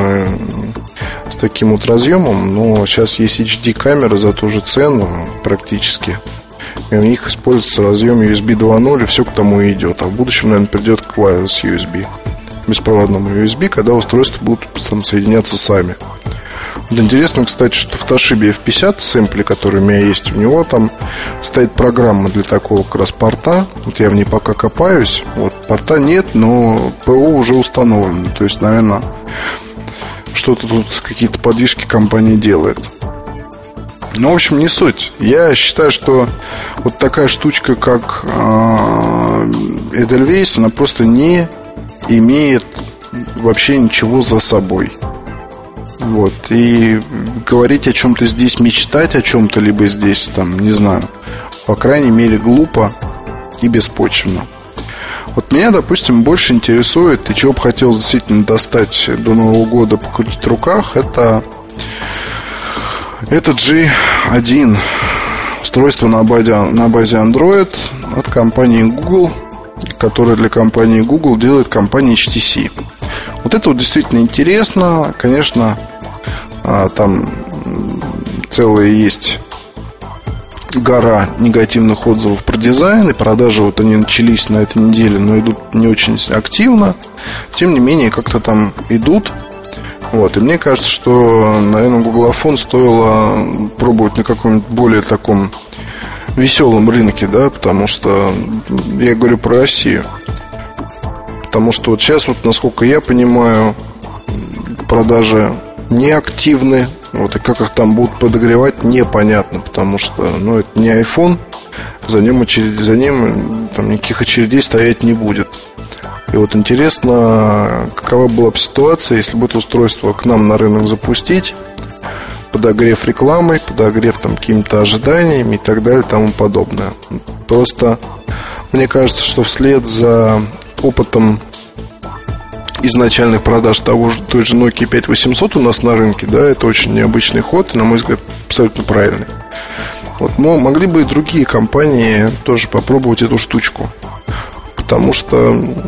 с таким вот разъемом, но сейчас есть эйч ди камеры за ту же цену практически. И у них используется разъем ю эс би два ноль, и все к тому и идет. А в будущем, наверное, придет к wireless ю эс би, беспроводному ю эс би, когда устройства будут там соединяться сами. Вот интересно, кстати, что в Toshiba эф пятьдесят сэмпле, который у меня есть, у него там стоит программа для такого как раз порта. Вот я в ней пока копаюсь. Вот, порта нет, но ПО уже установлено. То есть, наверное, что-то тут, какие-то подвижки компания делает. Ну, в общем, не суть. Я считаю, что вот такая штучка, как Edelweiss, она просто не имеет вообще ничего за собой. Вот. И говорить о чем-то здесь, мечтать о чем-то, либо здесь, там, не знаю, по крайней мере, глупо и беспочвенно. Вот меня, допустим, больше интересует, и чего бы хотел действительно достать до Нового года, покрутить в руках, это Это джи один, устройство на базе, на базе Android от компании Google, которое для компании Google делает компания эйч ти си. Вот это вот действительно интересно. Конечно, там целая есть гора негативных отзывов про дизайн, и продажи вот они начались на этой неделе, но идут не очень активно. Тем не менее, как-то там идут. Вот, и мне кажется, что, наверное, гуглофон стоило пробовать на каком-нибудь более таком веселом рынке, да, потому что я говорю про Россию. Потому что вот сейчас, вот, насколько я понимаю, продажи не активны. Вот, и как их там будут подогревать, непонятно, потому что, ну, это не iPhone, за ним, очередь, за ним там никаких очередей стоять не будет. И вот интересно, какова была бы ситуация, если бы это устройство к нам на рынок запустить, подогрев рекламой, подогрев там какими-то ожиданиями и так далее и тому подобное. Просто мне кажется, что вслед за опытом изначальных продаж того же, той же Nokia пять восемьсот у нас на рынке, да, это очень необычный ход и, на мой взгляд, абсолютно правильный. Вот, но могли бы и другие компании тоже попробовать эту штучку. Потому что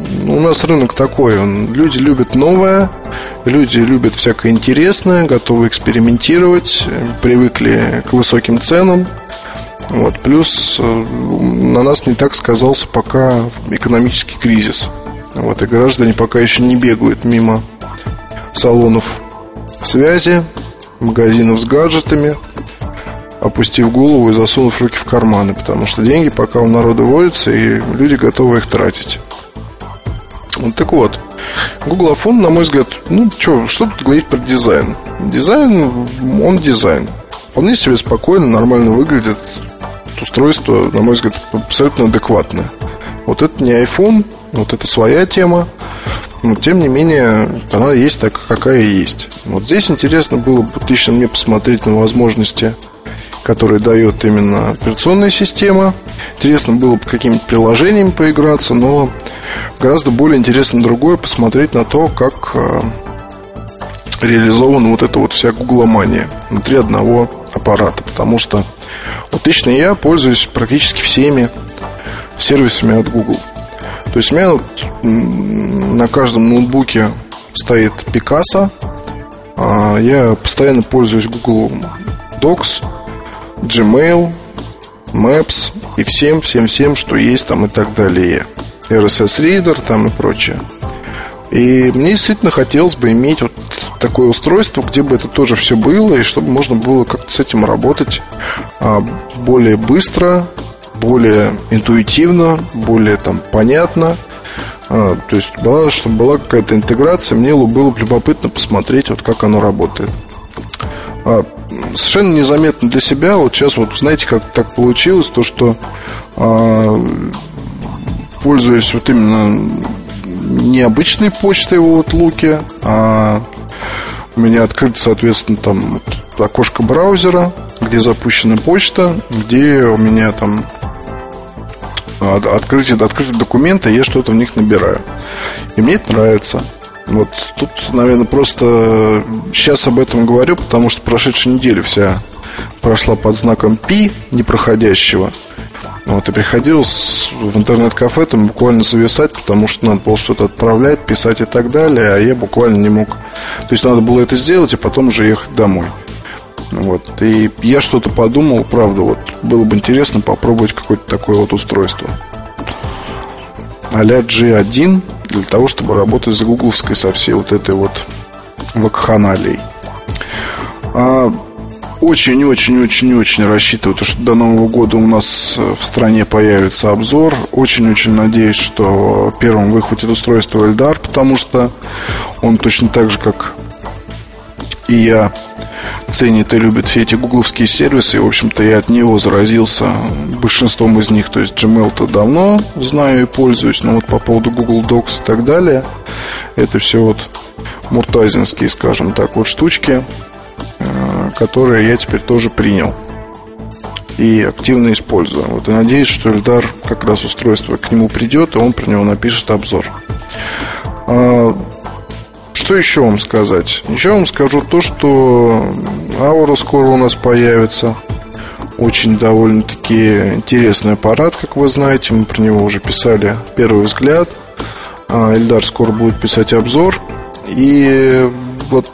у нас рынок такой, он, люди любят новое, люди любят всякое интересное, готовы экспериментировать, привыкли к высоким ценам. Вот. Плюс на нас не так сказался пока экономический кризис. Вот. И граждане пока еще не бегают мимо салонов связи, магазинов с гаджетами, опустив голову и засунув руки в карманы, потому что деньги пока у народа водятся, и люди готовы их тратить. Вот. Так вот, Гуглофон, на мой взгляд, ну, что, что тут говорить про дизайн? Дизайн, он дизайн. Вполне себе спокойно, нормально выглядит. Устройство, на мой взгляд, абсолютно адекватное. Вот это не iPhone, вот это своя тема. Но, тем не менее, она есть такая, какая есть. Вот здесь интересно было бы лично мне посмотреть на возможности, которые дает именно операционная система. Интересно было бы какими-то приложениями поиграться, но гораздо более интересно другое, посмотреть на то, как э, реализована вот эта вот вся гугломания внутри одного аппарата. Потому что вот лично я пользуюсь практически всеми сервисами от Google. То есть у меня вот на каждом ноутбуке стоит Picasa. Я постоянно пользуюсь Google Docs, Gmail, Maps и всем, всем, всем, что есть там и так далее. эр эс эс Reader там и прочее. И мне действительно хотелось бы иметь вот такое устройство, где бы это тоже все было, и чтобы можно было как-то с этим работать более быстро, более интуитивно, более там понятно. То есть, была, чтобы была какая-то интеграция, мне было бы любопытно посмотреть, вот как оно работает. Совершенно незаметно для себя. Вот сейчас вот знаете, как так получилось, то что пользуясь вот именно не обычной почтой в Outlook, а у меня открыто, соответственно, там вот окошко браузера, где запущена почта, где у меня там открытие, открытые документы, я что-то в них набираю. И мне это нравится. Вот тут, наверное, просто сейчас об этом говорю, потому что прошедшая неделя вся прошла под знаком пи непроходящего. Вот, и приходилось в интернет-кафе там буквально зависать, потому что надо было что-то отправлять, писать и так далее, а я буквально не мог. То есть надо было это сделать и потом уже ехать домой. Вот. И я что-то подумал, правда, вот было бы интересно попробовать какое-то такое вот устройство а-ля джи один, для того, чтобы работать с гугловской со всей вот этой вот вакханалией. а Очень-очень-очень-очень рассчитываю, что до Нового года у нас в стране появится обзор. Очень-очень надеюсь, что первым выхватит устройство Эльдар, потому что он точно так же, как и я, ценит и любит все эти гугловские сервисы. И, в общем-то, я от него заразился большинством из них. То есть Gmail-то давно знаю и пользуюсь, но вот по поводу Google Docs и так далее, это все вот муртазинские, скажем так, вот штучки, которые я теперь тоже принял и активно использую. Вот, и надеюсь, что Эльдар, как раз устройство к нему придет, и он про него напишет обзор. а, Что еще вам сказать? Еще вам скажу то, что Aura скоро у нас появится. Очень довольно-таки интересный аппарат, как вы знаете. Мы про него уже писали первый взгляд. а, Эльдар скоро будет писать обзор. И вот,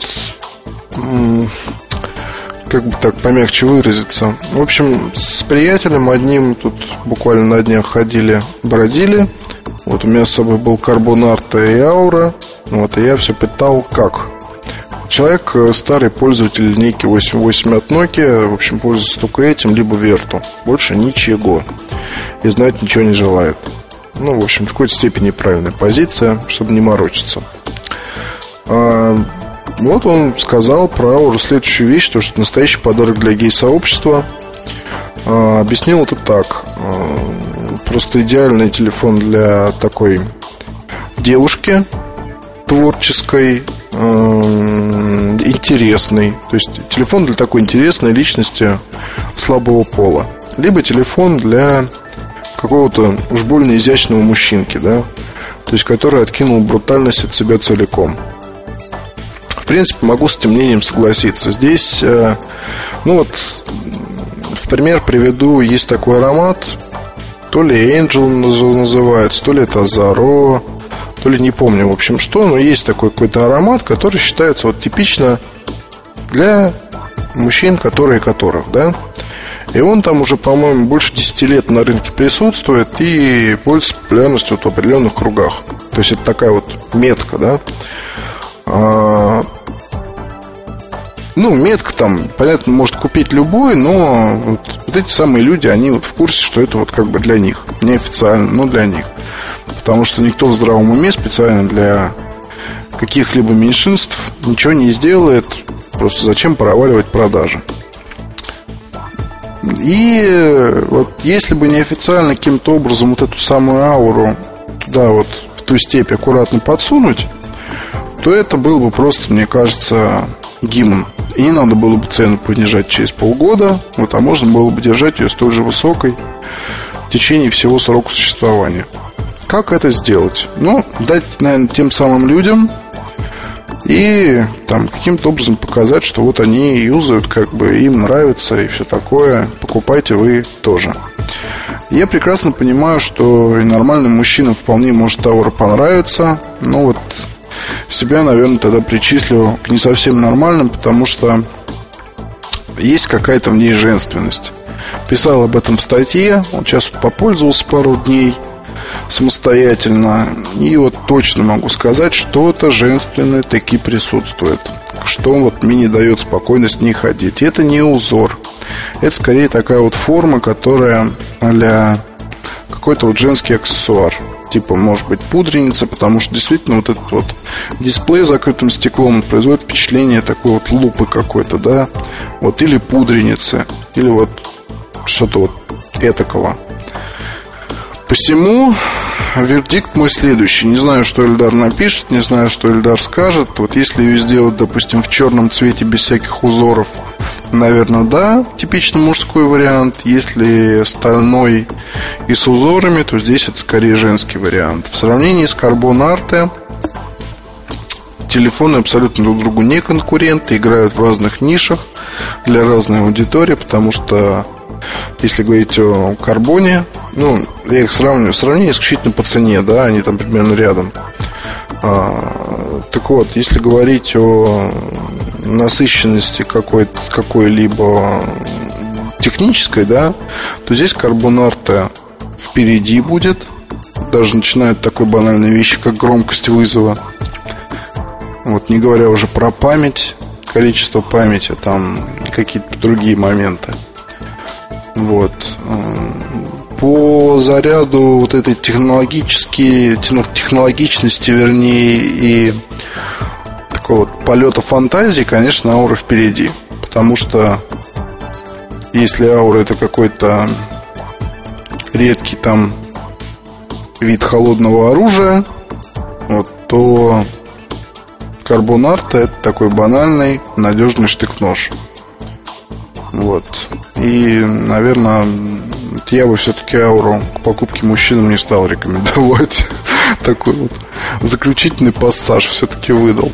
как бы так помягче выразиться, в общем, с приятелем одним тут буквально на днях ходили, бродили. Вот у меня с собой был Carbon Art и Aura. Вот, и я все пытал, как человек, старый пользователь линейки восемь восемь от Nokia, в общем, пользуется только этим, либо Верту. Больше ничего. И знать ничего не желает. Ну, в общем, в какой-то степени правильная позиция, чтобы не морочиться. а, Вот он сказал про Aura следующую вещь, то, что настоящий подарок для гей-сообщества. а, Объяснил это так. а, Просто идеальный телефон для такой девушки творческой, э, интересной. То есть телефон для такой интересной личности слабого пола. Либо телефон для какого-то уж больно изящного мужчинки, да? То есть который откинул брутальность от себя целиком. В принципе, могу с этим мнением согласиться. Здесь, э, ну вот, в пример приведу, есть такой аромат, то ли Angel называется, то ли это Azaro. то ли не помню, в общем, что, но есть такой какой-то аромат, который считается вот типично для мужчин, которые которых, да. И он там уже, по-моему, больше десяти лет на рынке присутствует и пользуется популярностью вот в определенных кругах. То есть это такая вот метка, да. А, ну, метка там, понятно, может купить любой, но вот, вот эти самые люди, они вот в курсе, что это вот как бы для них. Неофициально, но для них. Потому что никто в здравом уме специально для каких-либо меньшинств ничего не сделает. Просто зачем проваливать продажи? И вот если бы неофициально каким-то образом вот эту самую ауру туда вот, в ту степь аккуратно подсунуть, то это был бы просто, мне кажется, гимн. И не надо было бы цену понижать через полгода, вот, а можно было бы держать ее столь же высокой в течение всего срока существования. Как это сделать? Ну, дать, наверное, тем самым людям и там каким-то образом показать, что вот они юзают, как бы им нравится и все такое. Покупайте вы тоже. Я прекрасно понимаю, что и нормальным мужчинам вполне может аура понравиться. Но вот себя, наверное, тогда причислю к не совсем нормальным, потому что есть какая-то в ней женственность. Писал об этом в статье. Вот сейчас вот попользовался пару дней самостоятельно. И вот точно могу сказать, что-то женственное таки присутствует, что вот мне не дает спокойно с ней ходить. И это не узор. Это скорее такая вот форма, которая а-ля какой-то вот женский аксессуар. Типа, может быть, пудреница, потому что действительно вот этот вот дисплей с закрытым стеклом производит впечатление такой вот лупы какой-то, да. Вот, или пудреницы, или вот что-то вот этакого. Посему вердикт мой следующий. Не знаю, что Эльдар напишет, не знаю, что Эльдар скажет. Вот если ее сделать, допустим, в черном цвете без всяких узоров, наверное, да, типично мужской вариант. Если стальной и с узорами, то здесь это скорее женский вариант. В сравнении с Carbon Arte телефоны абсолютно друг другу не конкуренты, играют в разных нишах для разной аудитории, потому что если говорить о карбоне, ну, я их сравниваю, сравнение исключительно по цене, да, они там примерно рядом. а, Так вот, если говорить о насыщенности какой- какой-либо технической, да, то здесь Carbon Arte впереди будет. Даже начинают такой банальной вещи, как громкость вызова. Вот, не говоря уже про память, количество памяти, там какие-то другие моменты. Вот. По заряду вот этой технологически, технологичности, вернее, и такого вот полета фантазии, конечно, аура впереди. Потому что если аура — это какой-то редкий там вид холодного оружия, вот, то Carbon Arte — это такой банальный, надежный штык-нож. Вот. И, наверное, я бы все-таки ауру к покупке мужчинам не стал рекомендовать. Такой вот заключительный пассаж все-таки выдал.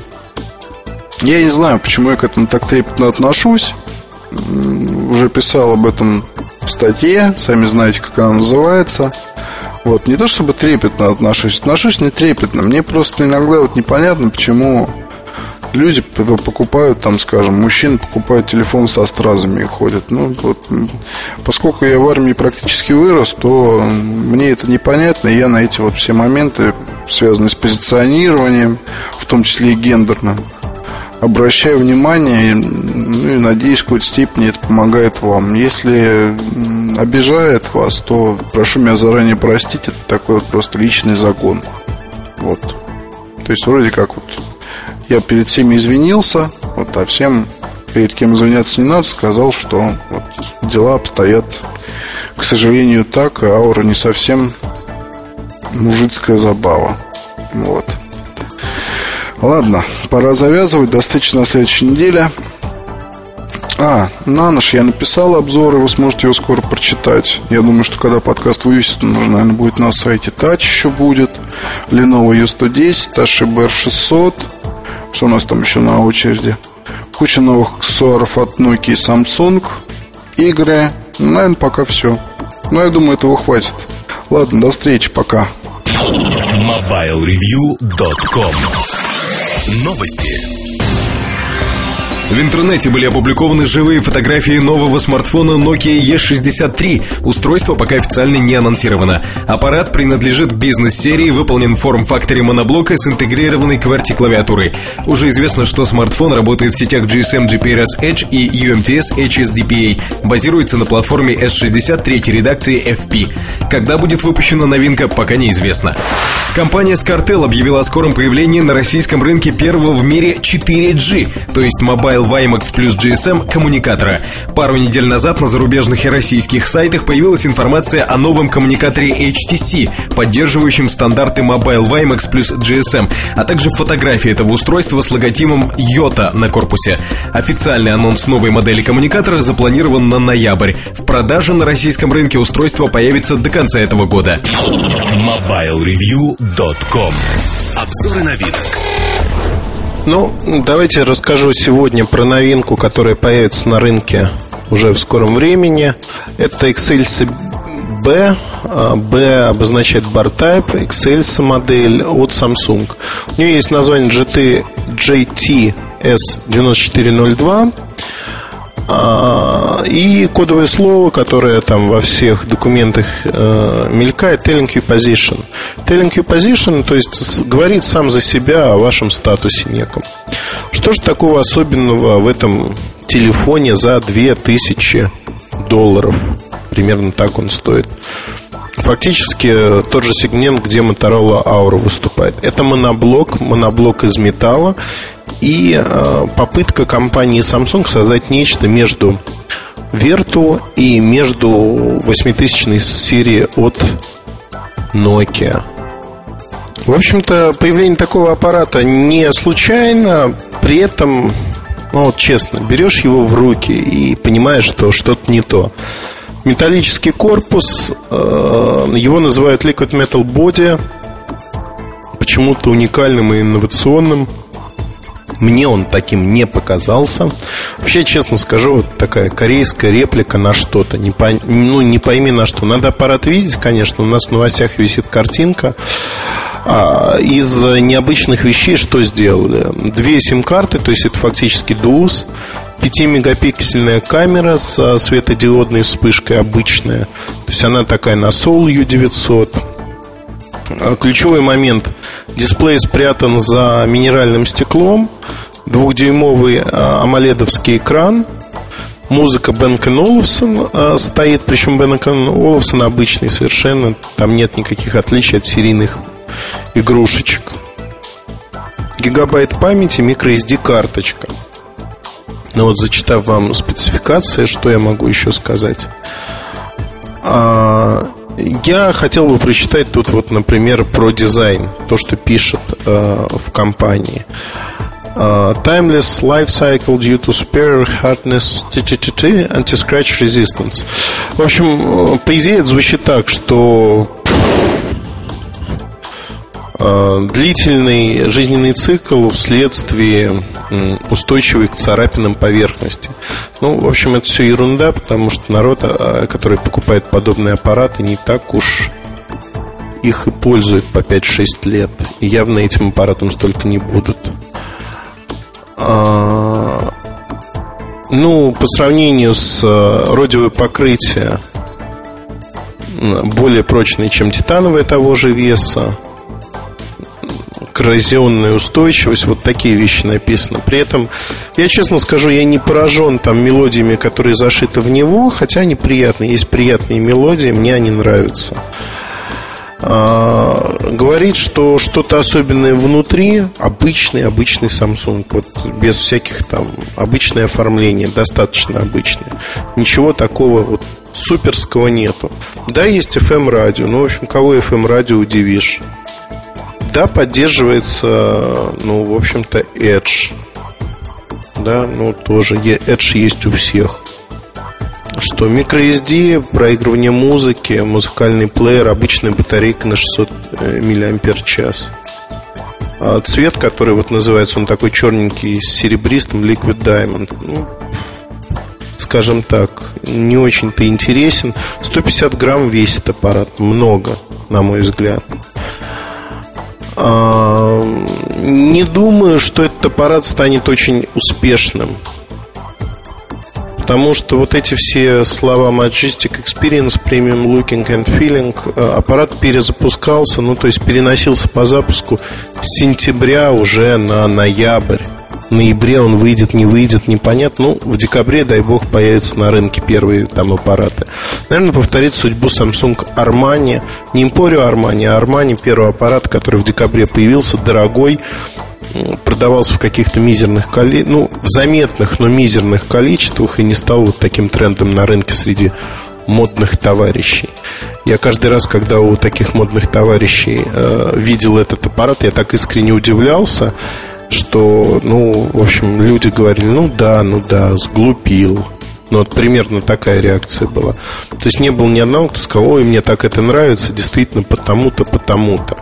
Я не знаю, почему я к этому так трепетно отношусь. Уже писал об этом в статье. Сами знаете, как она называется. Вот. Не то чтобы трепетно отношусь. Отношусь не трепетно. Мне просто иногда вот непонятно, почему люди покупают, там, скажем, мужчины покупают телефон со стразами и ходят. Ну, вот, поскольку я в армии практически вырос, то мне это непонятно. И я на эти вот все моменты, связанные с позиционированием, в том числе и гендерным, обращаю внимание. Ну и надеюсь, в какой-то степени это помогает вам. Если обижает вас, то прошу меня заранее простить. Это такой вот просто личный загон. Вот. То есть вроде как вот я перед всеми извинился, вот, а всем, перед кем извиняться не надо, сказал, что вот, дела обстоят, к сожалению, так, и аура не совсем мужицкая забава. Вот. Ладно, пора завязывать. До встречи на следующей неделе. А, на ночь я написал обзор, и вы сможете его скоро прочитать. Я думаю, что когда подкаст вывесит, он уже, наверное, будет на сайте Touch еще будет. Lenovo ю сто десять, Toshiba эр шестьсот. Что у нас там еще на очереди? Куча новых аксессуаров от Nokia и Samsung. Игры. Ну, наверное, пока все. Но я думаю, этого хватит. Ладно, до встречи, пока. мобайл ревью точка ком. Новости. В интернете были опубликованы живые фотографии нового смартфона Nokia и шестьдесят три. Устройство пока официально не анонсировано. Аппарат принадлежит бизнес-серии, выполнен в форм-факторе моноблока с интегрированной QWERTY-клавиатурой. Уже известно, что смартфон работает в сетях джи эс эм, джи пи ар эс Edge и ю эм ти эс эйч эс ди пи эй. Базируется на платформе эс шестьдесят третьей редакции эф пи. Когда будет выпущена новинка, пока неизвестно. Компания Scartel объявила о скором появлении на российском рынке первого в мире четыре джи, то есть Mobile WiMAX плюс джи эс эм коммуникатора. Пару недель назад на зарубежных и российских сайтах появилась информация о новом коммуникаторе эйч ти си, поддерживающем стандарты Mobile WiMAX плюс джи эс эм, а также фотографии этого устройства с логотипом Йота на корпусе. Официальный анонс новой модели коммуникатора запланирован на ноябрь. В продаже на российском рынке устройство появится до конца этого года. мобайл ревью точка ком. Обзоры новинок. Ну, давайте расскажу сегодня про новинку, которая появится на рынке уже в скором времени. Это Excelsa B. B обозначает Bar Type. Excelsa модель от Samsung. У нее есть название джи ти эс девяносто четыре ноль два. И кодовое слово, которое там во всех документах э, мелькает, Telling You Position. Telling You Position, то есть говорит сам за себя о вашем статусе неком. Что же такого особенного в этом телефоне за две тысячи долларов? Примерно так он стоит. Фактически тот же сегмент, где Motorola Aura выступает. Это моноблок, моноблок из металла. И э, попытка компании Samsung создать нечто между Vertu и между восьмитысячной серией от Nokia. В общем-то, появление такого аппарата не случайно. При этом, ну вот честно, берешь его в руки и понимаешь, что что-то не то. Металлический корпус, э, его называют Liquid Metal Body, почему-то уникальным и инновационным. Мне он таким не показался. Вообще, честно скажу, вот такая корейская реплика на что-то. Не, по, ну, не пойми на что. Надо аппарат видеть, конечно. У нас в новостях висит картинка. а, Из необычных вещей что сделали? Две сим-карты, то есть это фактически дуус. пятимегапиксельная камера с светодиодной вспышкой обычная. То есть она такая на Soul ю девятьсот. Ключевой момент: дисплей спрятан за минеральным стеклом. Двухдюймовый амоледовский экран. Музыка Бенк энд Олufsen стоит. Причем Бенк энд Олufsen обычный совершенно. Там нет никаких отличий от серийных игрушечек. Гигабайт памяти, microSD карточка. Ну вот, зачитав вам спецификации, что я могу еще сказать? Я хотел бы прочитать тут вот, например, про дизайн. То, что пишет э, в компании. uh, Timeless life cycle due to superior hardness, anti-scratch resistance. В общем, по идее это звучит так, что э, длительный жизненный цикл вследствие э, устойчивой к царапинам поверхности. Ну, в общем, это все ерунда, потому что народ, который покупает подобные аппараты, не так уж их и пользует по пять-шесть лет. И явно этим аппаратом столько не будут. а, Ну, по сравнению с родиевое покрытие более прочное, чем титановое того же веса. Коррозионная устойчивость, вот такие вещи написаны. При этом, я честно скажу, я не поражен там мелодиями, которые зашиты в него, хотя они приятные, есть приятные мелодии, мне они нравятся. а, Говорит, что что-то особенное внутри. Обычный, обычный Samsung, вот без всяких там, обычное оформление, достаточно обычное. Ничего такого вот суперского нету. Да, есть эф эм-радио, ну, в общем, кого эф эм-радио удивишь. Да, поддерживается, ну, в общем-то, Edge. Да, ну, тоже Edge есть у всех. Что, microSD, проигрывание музыки, музыкальный плеер, обычная батарейка на шестьсот миллиампер-час. А цвет, который вот называется, он такой черненький, с серебристым, Liquid Diamond. Ну, скажем так, не очень-то интересен. сто пятьдесят грамм весит аппарат, много, на мой взгляд. Не думаю, что этот аппарат станет очень успешным. Потому что вот эти все слова Majestic Experience, Premium Looking and Feeling, аппарат перезапускался, ну то есть переносился по запуску с сентября уже на ноябрь. В ноябре он выйдет, не выйдет, непонятно. Ну, в декабре, дай бог, появятся на рынке первые там аппараты. Наверное, повторит судьбу Samsung Armani. Не Emporio Armani, а Armani, первый аппарат, который в декабре появился, дорогой, продавался в каких-то мизерных количествах, ну, в заметных, но мизерных количествах, и не стал вот таким трендом на рынке среди модных товарищей. Я каждый раз, когда у таких модных товарищей э, видел этот аппарат, я так искренне удивлялся, что, ну, в общем, люди говорили: ну да, ну да, сглупил. Ну, вот примерно такая реакция была. То есть не было ни одного, кто сказал: ой, мне так это нравится, действительно, потому-то, потому-то.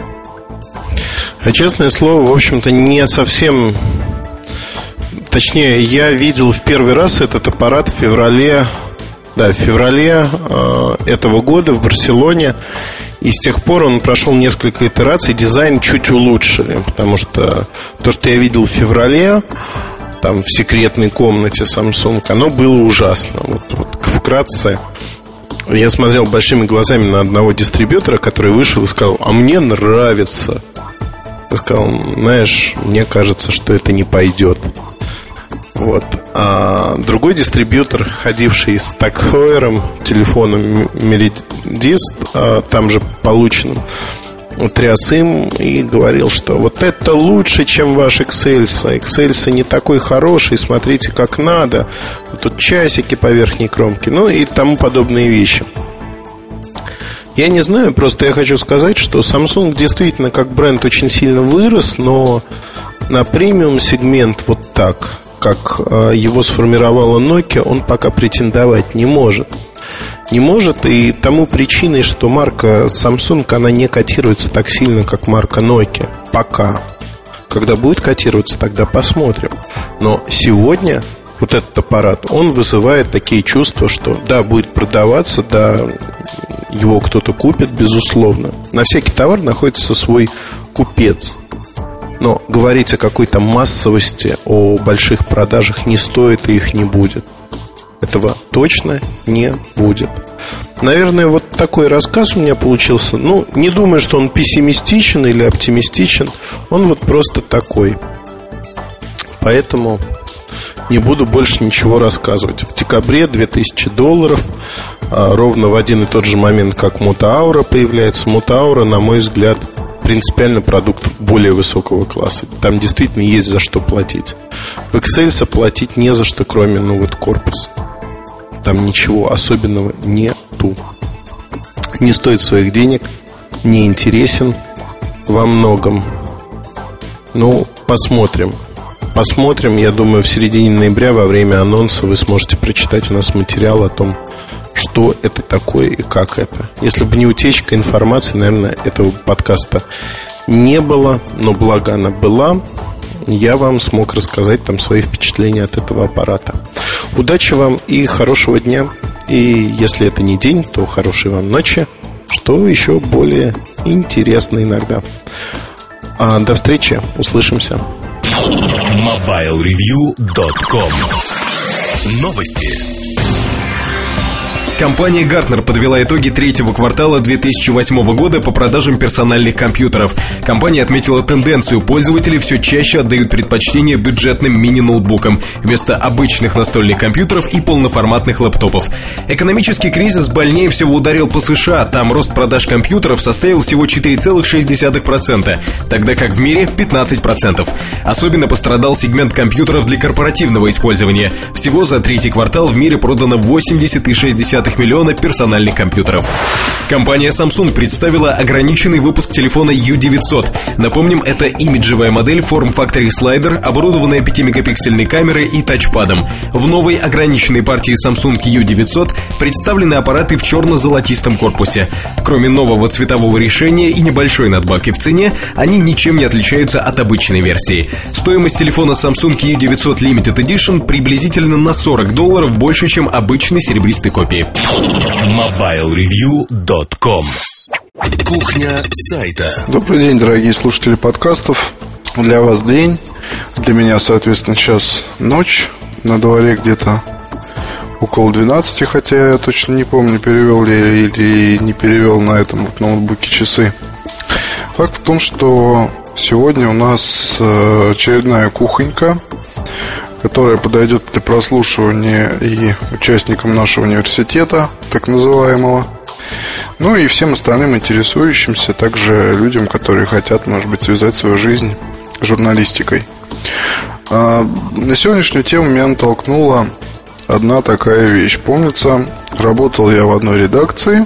А честное слово, в общем-то, не совсем. Точнее, я видел в первый раз этот аппарат в феврале. Да, в феврале э, этого года в Барселоне. И с тех пор он прошел несколько итераций. Дизайн чуть улучшили, потому что то, что я видел в феврале, там в секретной комнате Samsung, оно было ужасно. Вот, вот вкратце, я смотрел большими глазами на одного дистрибьютора, который вышел и сказал: а мне нравится. Я сказал: знаешь, мне кажется, что это не пойдет. Вот. А другой дистрибьютор, ходивший с такхойером, телефоном Meridist, там же полученным, тряс им и говорил, что вот это лучше, чем ваш Excelsa. Excelsa не такой хороший, смотрите, как надо. Тут часики по верхней кромке, ну и тому подобные вещи. Я не знаю, просто я хочу сказать, что Samsung действительно как бренд очень сильно вырос, но на премиум сегмент вот так, как его сформировала Nokia, он пока претендовать не может. Не может, и тому причиной, что марка Samsung, она не котируется так сильно, как марка Nokia. Пока. Когда будет котироваться, тогда посмотрим. Но сегодня вот этот аппарат, он вызывает такие чувства, что да, будет продаваться, да, его кто-то купит, безусловно. На всякий товар находится свой купец. Но говорить о какой-то массовости, о больших продажах не стоит, и их не будет. Этого точно не будет. Наверное, вот такой рассказ у меня получился. Ну, не думаю, что он пессимистичен или оптимистичен. Он вот просто такой. Поэтому не буду больше ничего рассказывать. В декабре две тысячи долларов, ровно в один и тот же момент, как Moto Aura появляется. Moto Aura, на мой взгляд, принципиально продукт более высокого класса. Там действительно есть за что платить. В Excelsa платить не за что, кроме, ну вот, корпуса. Там ничего особенного нету. Не стоит своих денег, не интересен во многом. Ну, посмотрим. Посмотрим, я думаю, в середине ноября во время анонса вы сможете прочитать у нас материал о том, что это такое и как это. Если бы не утечка информации, наверное, этого подкаста не было. Но благо она была, я вам смог рассказать там свои впечатления от этого аппарата. Удачи вам и хорошего дня. И если это не день, то хорошей вам ночи, что еще более интересно иногда. А до встречи, услышимся. мобайл ревью точка ком. Новости. Компания Gartner подвела итоги третьего квартала две тысячи восьмого года по продажам персональных компьютеров. Компания отметила тенденцию: пользователи все чаще отдают предпочтение бюджетным мини-ноутбукам вместо обычных настольных компьютеров и полноформатных лэптопов. Экономический кризис больнее всего ударил по США. Там рост продаж компьютеров составил всего четыре целых шесть десятых процента, тогда как в мире пятнадцать процентов. Особенно пострадал сегмент компьютеров для корпоративного использования. Всего за третий квартал в мире продано восемьдесят целых шесть десятых миллиона персональных компьютеров. Компания Samsung представила ограниченный выпуск телефона ю девятьсот. Напомним, это имиджевая модель Form Factory Slider, оборудованная пятимегапиксельной камерой и тачпадом. В новой ограниченной партии Samsung ю девятьсот представлены аппараты в черно-золотистом корпусе. Кроме нового цветового решения и небольшой надбавки в цене, они ничем не отличаются от обычной версии. Стоимость телефона Samsung ю девятьсот Limited Edition приблизительно на сорок долларов больше, чем обычной серебристой копии. мобайл ревью точка ком. Кухня сайта. Добрый день, дорогие слушатели подкастов. Для вас день, для меня, соответственно, сейчас ночь. На дворе где-то около двенадцати, хотя я точно не помню, перевел ли я или не перевел на этом вот ноутбуке часы. Факт в том, что сегодня у нас очередная кухонька, которая подойдет для прослушивания и участникам нашего университета, так называемого, ну и всем остальным интересующимся, также людям, которые хотят, может быть, связать свою жизнь с журналистикой. На сегодняшнюю тему меня натолкнула одна такая вещь. Помнится, работал я в одной редакции,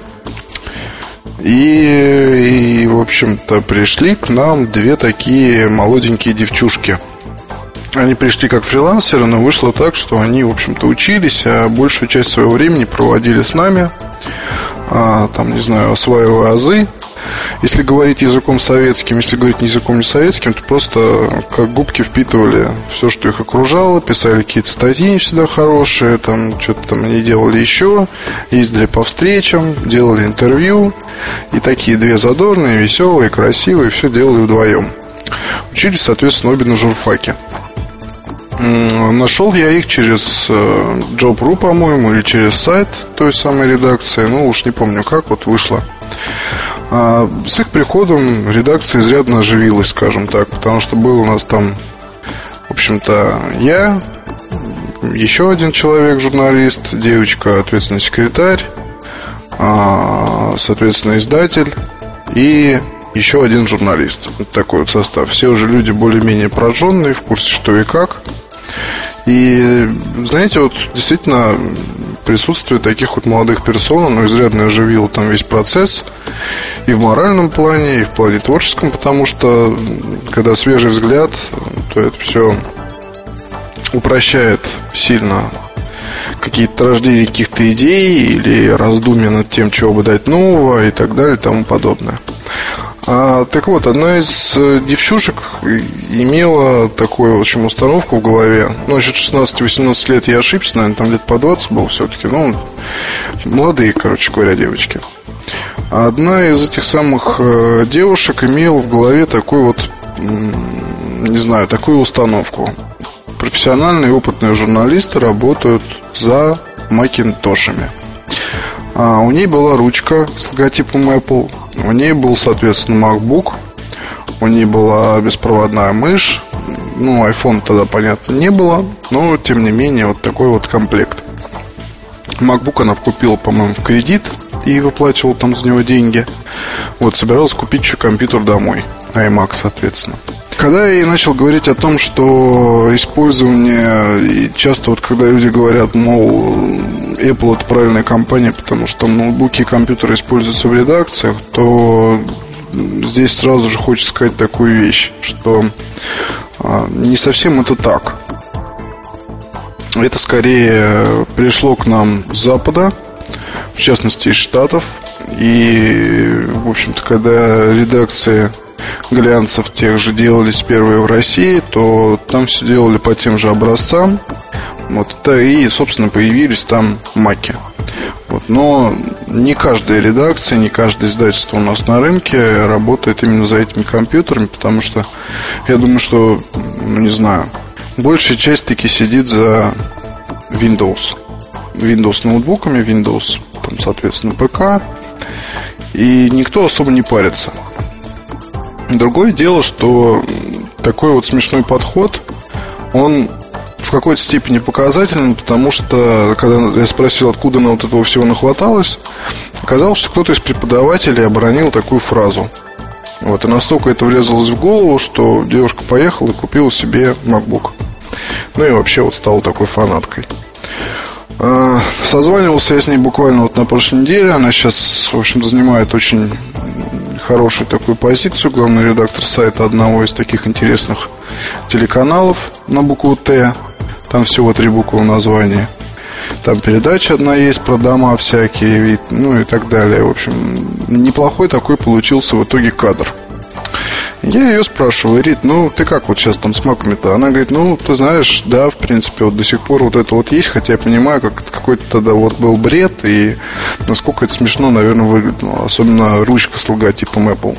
и, и в общем-то, пришли к нам две такие молоденькие девчушки. Они пришли как фрилансеры, но вышло так, что они, в общем-то, учились, а большую часть своего времени проводили с нами, а, там, не знаю, осваивая азы. Если говорить языком советским, если говорить языком не советским, то просто как губки впитывали все, что их окружало, писали какие-то статьи не всегда хорошие, там что-то там они делали еще, ездили по встречам, делали интервью. И такие две задорные, веселые, красивые, все делали вдвоем. Учились, соответственно, обе на журфаке. Нашел я их через джоб точка ру, по-моему, или через сайт той самой редакции. Ну, уж не помню как, вот вышло. С их приходом редакция изрядно оживилась, скажем так. Потому что был у нас там, в общем-то, я, еще один человек, журналист, девочка, ответственный секретарь, соответственно, издатель и еще один журналист. Вот такой вот состав. Все уже люди более-менее прожженные, в курсе что и как. И, знаете, вот действительно присутствие таких вот молодых персон, оно изрядно оживило там весь процесс. И в моральном плане, и в плане творческом. Потому что, когда свежий взгляд, то это все упрощает сильно какие-то рождения каких-то идей или раздумья над тем, чего бы дать нового и так далее и тому подобное. А, так вот, одна из девчушек имела такую, в общем, установку в голове. Ну, значит, шестнадцать-восемнадцать лет я ошибся, наверное, там лет по двадцать был все-таки. Ну, молодые, короче говоря, девочки. Одна из этих самых э, девушек имела в голове такой вот, м- не знаю, такую установку. Профессиональные опытные журналисты работают за макинтошами. А у ней была ручка с логотипом Apple. У ней был, соответственно, MacBook. У ней была беспроводная мышь. Ну, iPhone тогда, понятно, не было. Но, тем не менее, вот такой вот комплект. MacBook она купила, по-моему, в кредит и выплачивала там за него деньги. Вот, собиралась купить еще компьютер домой, iMac, соответственно. Когда я ей начал говорить о том, что использование, и часто вот когда люди говорят, мол, Apple это правильная компания, потому что там ноутбуки и компьютеры используются в редакциях, то здесь сразу же хочется сказать такую вещь, что а, не совсем это так. Это скорее пришло к нам с Запада, в частности из Штатов. И, в общем-то, когда редакции глянцев тех же делались первые в России, то там все делали по тем же образцам. Вот, да, и, собственно, появились там маки. Вот, но не каждая редакция, не каждое издательство у нас на рынке работает именно за этими компьютерами, потому что я думаю, что, ну, не знаю, большая часть таки сидит за Windows. Windows ноутбуками, Windows, там, соответственно, ПК. И никто особо не парится. Другое дело, что такой вот смешной подход, он в какой-то степени показательный, потому что, когда я спросил, откуда она вот этого всего нахваталась, оказалось, что кто-то из преподавателей оборонил такую фразу. Вот, и настолько это врезалось в голову, что девушка поехала и купила себе MacBook. Ну и вообще вот стала такой фанаткой. Созванивался я с ней буквально вот на прошлой неделе. Она сейчас, в общем-то, занимает очень хорошую такую позицию. Главный редактор сайта одного из таких интересных телеканалов на букву Т. Там всего три буквы в названии. Там передача одна есть про дома всякие, ну и так далее. В общем, неплохой такой получился в итоге кадр. Я ее спрашиваю: Рит, ну ты как вот сейчас там с маками-то? Она говорит: ну ты знаешь, да, в принципе, вот до сих пор вот это вот есть, хотя я понимаю, как это какой-то тогда вот был бред, и насколько это смешно, наверное, выглядело. Особенно ручка с логотипом Apple.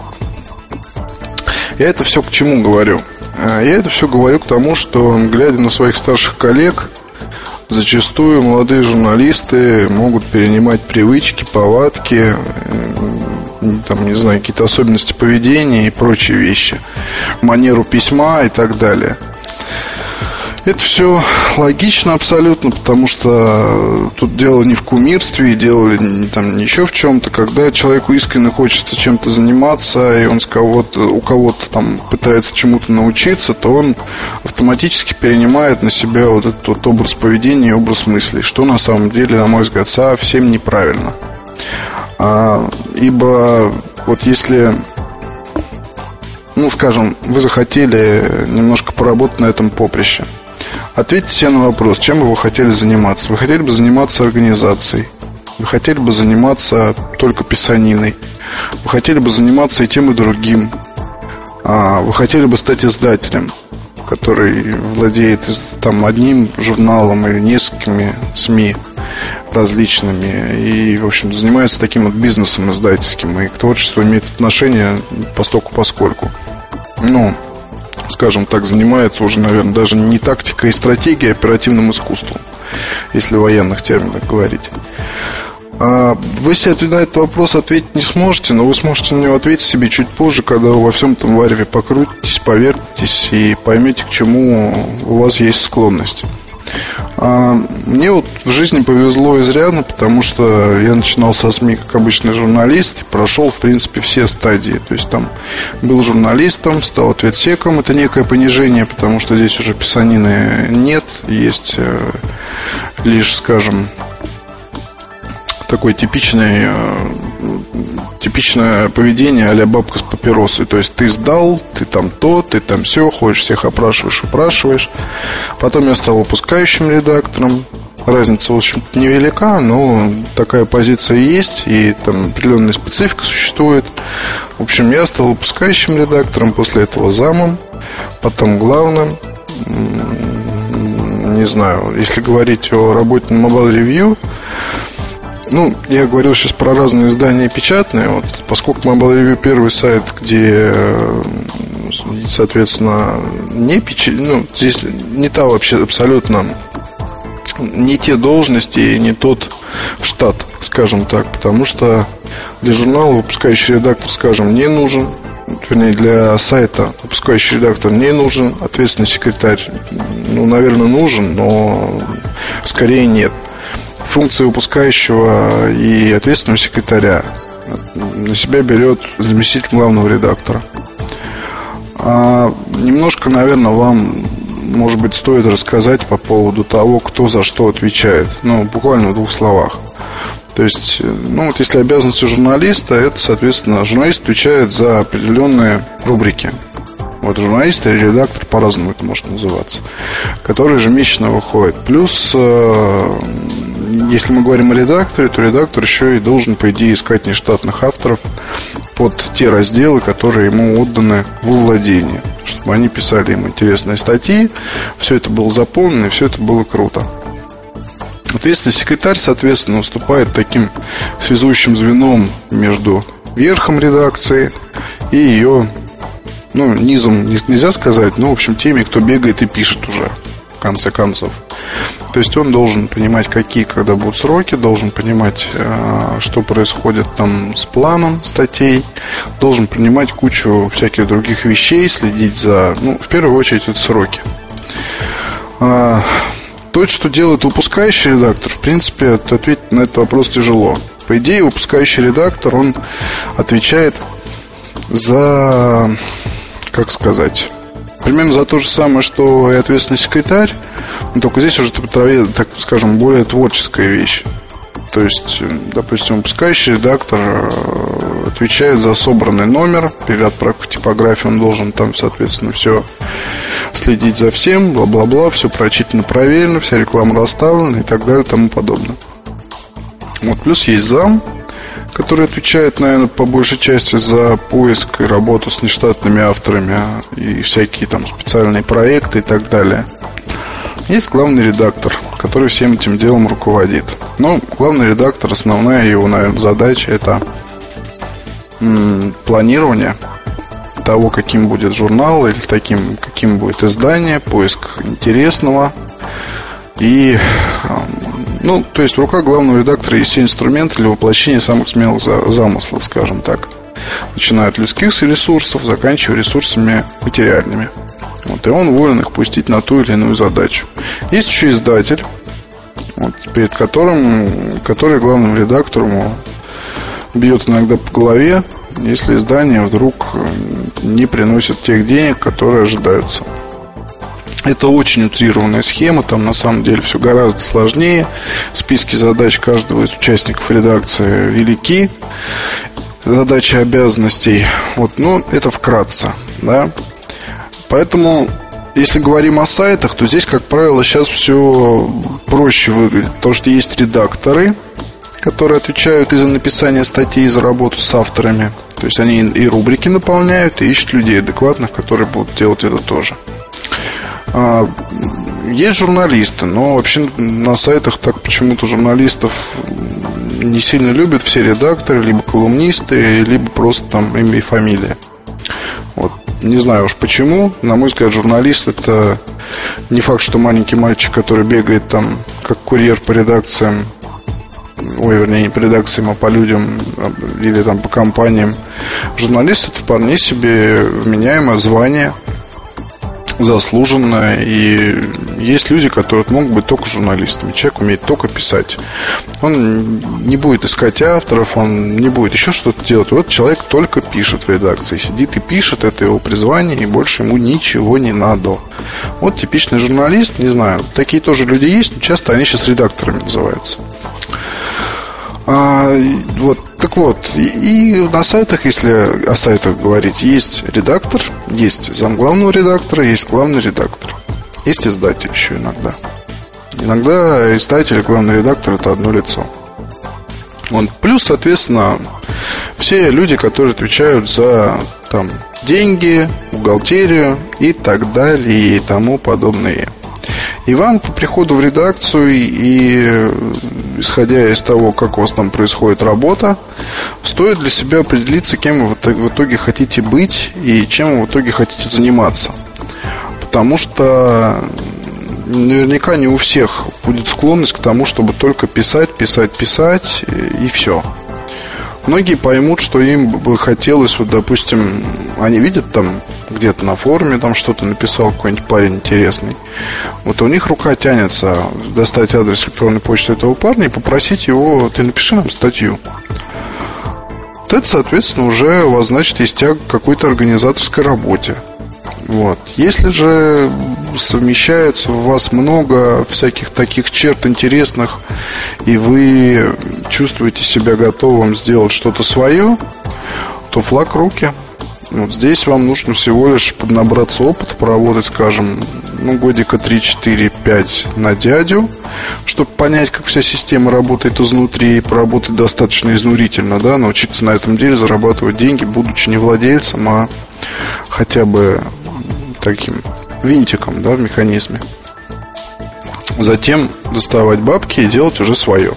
Я это все к чему говорю? Я это все говорю к тому, что, глядя на своих старших коллег, зачастую молодые журналисты могут перенимать привычки, повадки, там, не знаю, какие-то особенности поведения и прочие вещи, манеру письма и так далее. Это все логично абсолютно, потому что тут дело не в кумирстве, дело не, там, не еще в чем-то. Когда человеку искренне хочется чем-то заниматься, и он с кого-то, у кого-то там пытается чему-то научиться, то он автоматически перенимает на себя вот этот вот образ поведения и образ мыслей, что на самом деле, на мой взгляд, совсем неправильно. а, Ибо вот если, ну скажем, вы захотели немножко поработать на этом поприще, ответьте себе на вопрос, чем бы вы хотели заниматься. Вы хотели бы заниматься организацией? Вы хотели бы заниматься только писаниной? Вы хотели бы заниматься и тем, и другим? а, Вы хотели бы стать издателем, который владеет там одним журналом или несколькими СМИ различными и, в общем, занимается таким вот бизнесом издательским и к творчеству имеет отношение постольку-поскольку? Ну, скажем так, занимается уже, наверное, даже не тактикой и стратегией, а оперативным искусством, если в военных терминах говорить. Вы себе на этот вопрос ответить не сможете, но вы сможете на него ответить себе чуть позже, когда вы во всем этом вареве покрутитесь, повертитесь и поймете, к чему у вас есть склонность. Мне вот в жизни повезло изрядно, потому что я начинал со СМИ как обычный журналист и прошел, в принципе, все стадии. То есть там был журналистом, стал ответсеком. Это некое понижение, потому что здесь уже писанины нет. Есть лишь, скажем, такое типичное, типичное поведение а-ля бабка с папиросой. То есть ты сдал, ты там то, ты там все, ходишь, всех опрашиваешь, упрашиваешь. Потом я стал выпускающим редактором. Разница, в общем-то, невелика, но такая позиция есть, и там определенная специфика существует. В общем, я стал выпускающим редактором, после этого замом, потом главным. Не знаю, если говорить о работе на Mobile Review, ну, я говорил сейчас про разные издания печатные. Вот, поскольку Mobile Review первый сайт, где, соответственно, не печ... ну, здесь не та вообще абсолютно, не те должности и не тот штат, скажем так. Потому что для журнала выпускающий редактор, скажем, не нужен. Вернее, для сайта выпускающий редактор не нужен. Ответственный секретарь, ну, наверное, нужен, но скорее нет. Функции выпускающего и ответственного секретаря на себя берет заместитель главного редактора. А немножко, наверное, вам, может быть, стоит рассказать по поводу того, кто за что отвечает. Ну, буквально в двух словах. То есть, ну вот если обязанности журналиста, это, соответственно, журналист отвечает за определенные рубрики. Вот журналист или редактор, по-разному это может называться, который ежемесячно выходит. Плюс, если мы говорим о редакторе, то редактор еще и должен, по идее, искать нештатных авторов под те разделы, которые ему отданы во владение, чтобы они писали ему интересные статьи, все это было заполнено и все это было круто. Ответственный секретарь, соответственно, выступает таким связующим звеном между верхом редакции и ее, ну, низом нельзя сказать, но, в общем, теми, кто бегает и пишет уже, в конце концов. То есть он должен понимать, какие, когда будут сроки, должен понимать, что происходит там с планом статей, должен понимать кучу всяких других вещей, следить за, ну, в первую очередь, это сроки. То, что делает выпускающий редактор, в принципе, ответить на этот вопрос тяжело. По идее, выпускающий редактор, он отвечает за, как сказать, примерно за то же самое, что и ответственный секретарь, но только здесь уже, так скажем, более творческая вещь. То есть, допустим, выпускающий редактор отвечает за собранный номер, перед отправкой в типографию он должен там, соответственно, все следить за всем, бла-бла-бла, все прочитано, проверено, вся реклама расставлена и так далее и тому подобное. Вот, плюс есть зам, который отвечает, наверное, по большей части за поиск и работу с нештатными авторами и всякие там специальные проекты и так далее. Есть главный редактор, который всем этим делом руководит. Но главный редактор, основная его, наверное, задача — это м- планирование того, каким будет журнал или таким, каким будет издание, поиск интересного. И, ну, то есть в руках главного редактора есть все инструменты для воплощения самых смелых замыслов, скажем так. Начиная от людских ресурсов, заканчивая ресурсами материальными. Вот, и он волен их пустить на ту или иную задачу. Есть еще издатель, вот, перед которым, который главному редактору бьет иногда по голове, если издание вдруг не приносит тех денег, которые ожидаются. Это очень утрированная схема, там на самом деле все гораздо сложнее. Списки задач каждого из участников редакции велики, задачи обязанностей. Вот, ну, это вкратце, да. Поэтому, если говорим о сайтах, то здесь, как правило, сейчас все проще выглядит. Потому что есть редакторы, которые отвечают и за написание статей, и за работу с авторами. То есть они и рубрики наполняют, и ищут людей адекватных, которые будут делать это тоже. Есть журналисты, но вообще на сайтах так почему-то журналистов не сильно любят все редакторы, либо колумнисты, либо просто там имя и фамилия. Вот. Не знаю уж почему. На мой взгляд, журналист — это не факт, что маленький мальчик, который бегает там как курьер по редакциям, ой, вернее, не по редакциям, а по людям или там по компаниям. Журналист — это вполне себе вменяемое звание, заслуженное. И есть люди, которые могут быть только журналистами. Человек умеет только писать. Он не будет искать авторов, он не будет еще что-то делать. Вот человек только пишет в редакции, сидит и пишет, это его призвание, и больше ему ничего не надо. Вот типичный журналист, не знаю, такие тоже люди есть, но часто они сейчас редакторами называются. А, вот, так вот, и, и на сайтах, если о сайтах говорить, есть редактор, есть замглавного редактора, есть главный редактор, есть издатель еще иногда. Иногда издатель и главный редактор — это одно лицо. Вот. Плюс, соответственно, все люди, которые отвечают за там деньги, бухгалтерию и так далее и тому подобное. И вам по приходу в редакцию и исходя из того, как у вас там происходит работа, стоит для себя определиться, кем вы в итоге хотите быть и чем вы в итоге хотите заниматься. Потому что наверняка не у всех будет склонность к тому, чтобы только писать, писать, писать и все. Многие поймут, что им бы хотелось, вот, допустим, они видят там где-то на форуме там что-то написал какой-нибудь парень интересный. Вот у них рука тянется достать адрес электронной почты этого парня и попросить его: ты напиши нам статью. Вот это, соответственно, уже у вас, значит, есть тяга к какой-то организаторской работе. Вот. Если же совмещается у вас много всяких таких черт интересных, и вы чувствуете себя готовым сделать что-то свое, то флаг в руки. Вот здесь вам нужно всего лишь поднабраться опыта, поработать, скажем, ну, годика три, четыре, пять на дядю, чтобы понять, как вся система работает изнутри, и поработать достаточно изнурительно, да, научиться на этом деле зарабатывать деньги, будучи не владельцем, а хотя бы таким винтиком, да, в механизме. Затем доставать бабки и делать уже свое.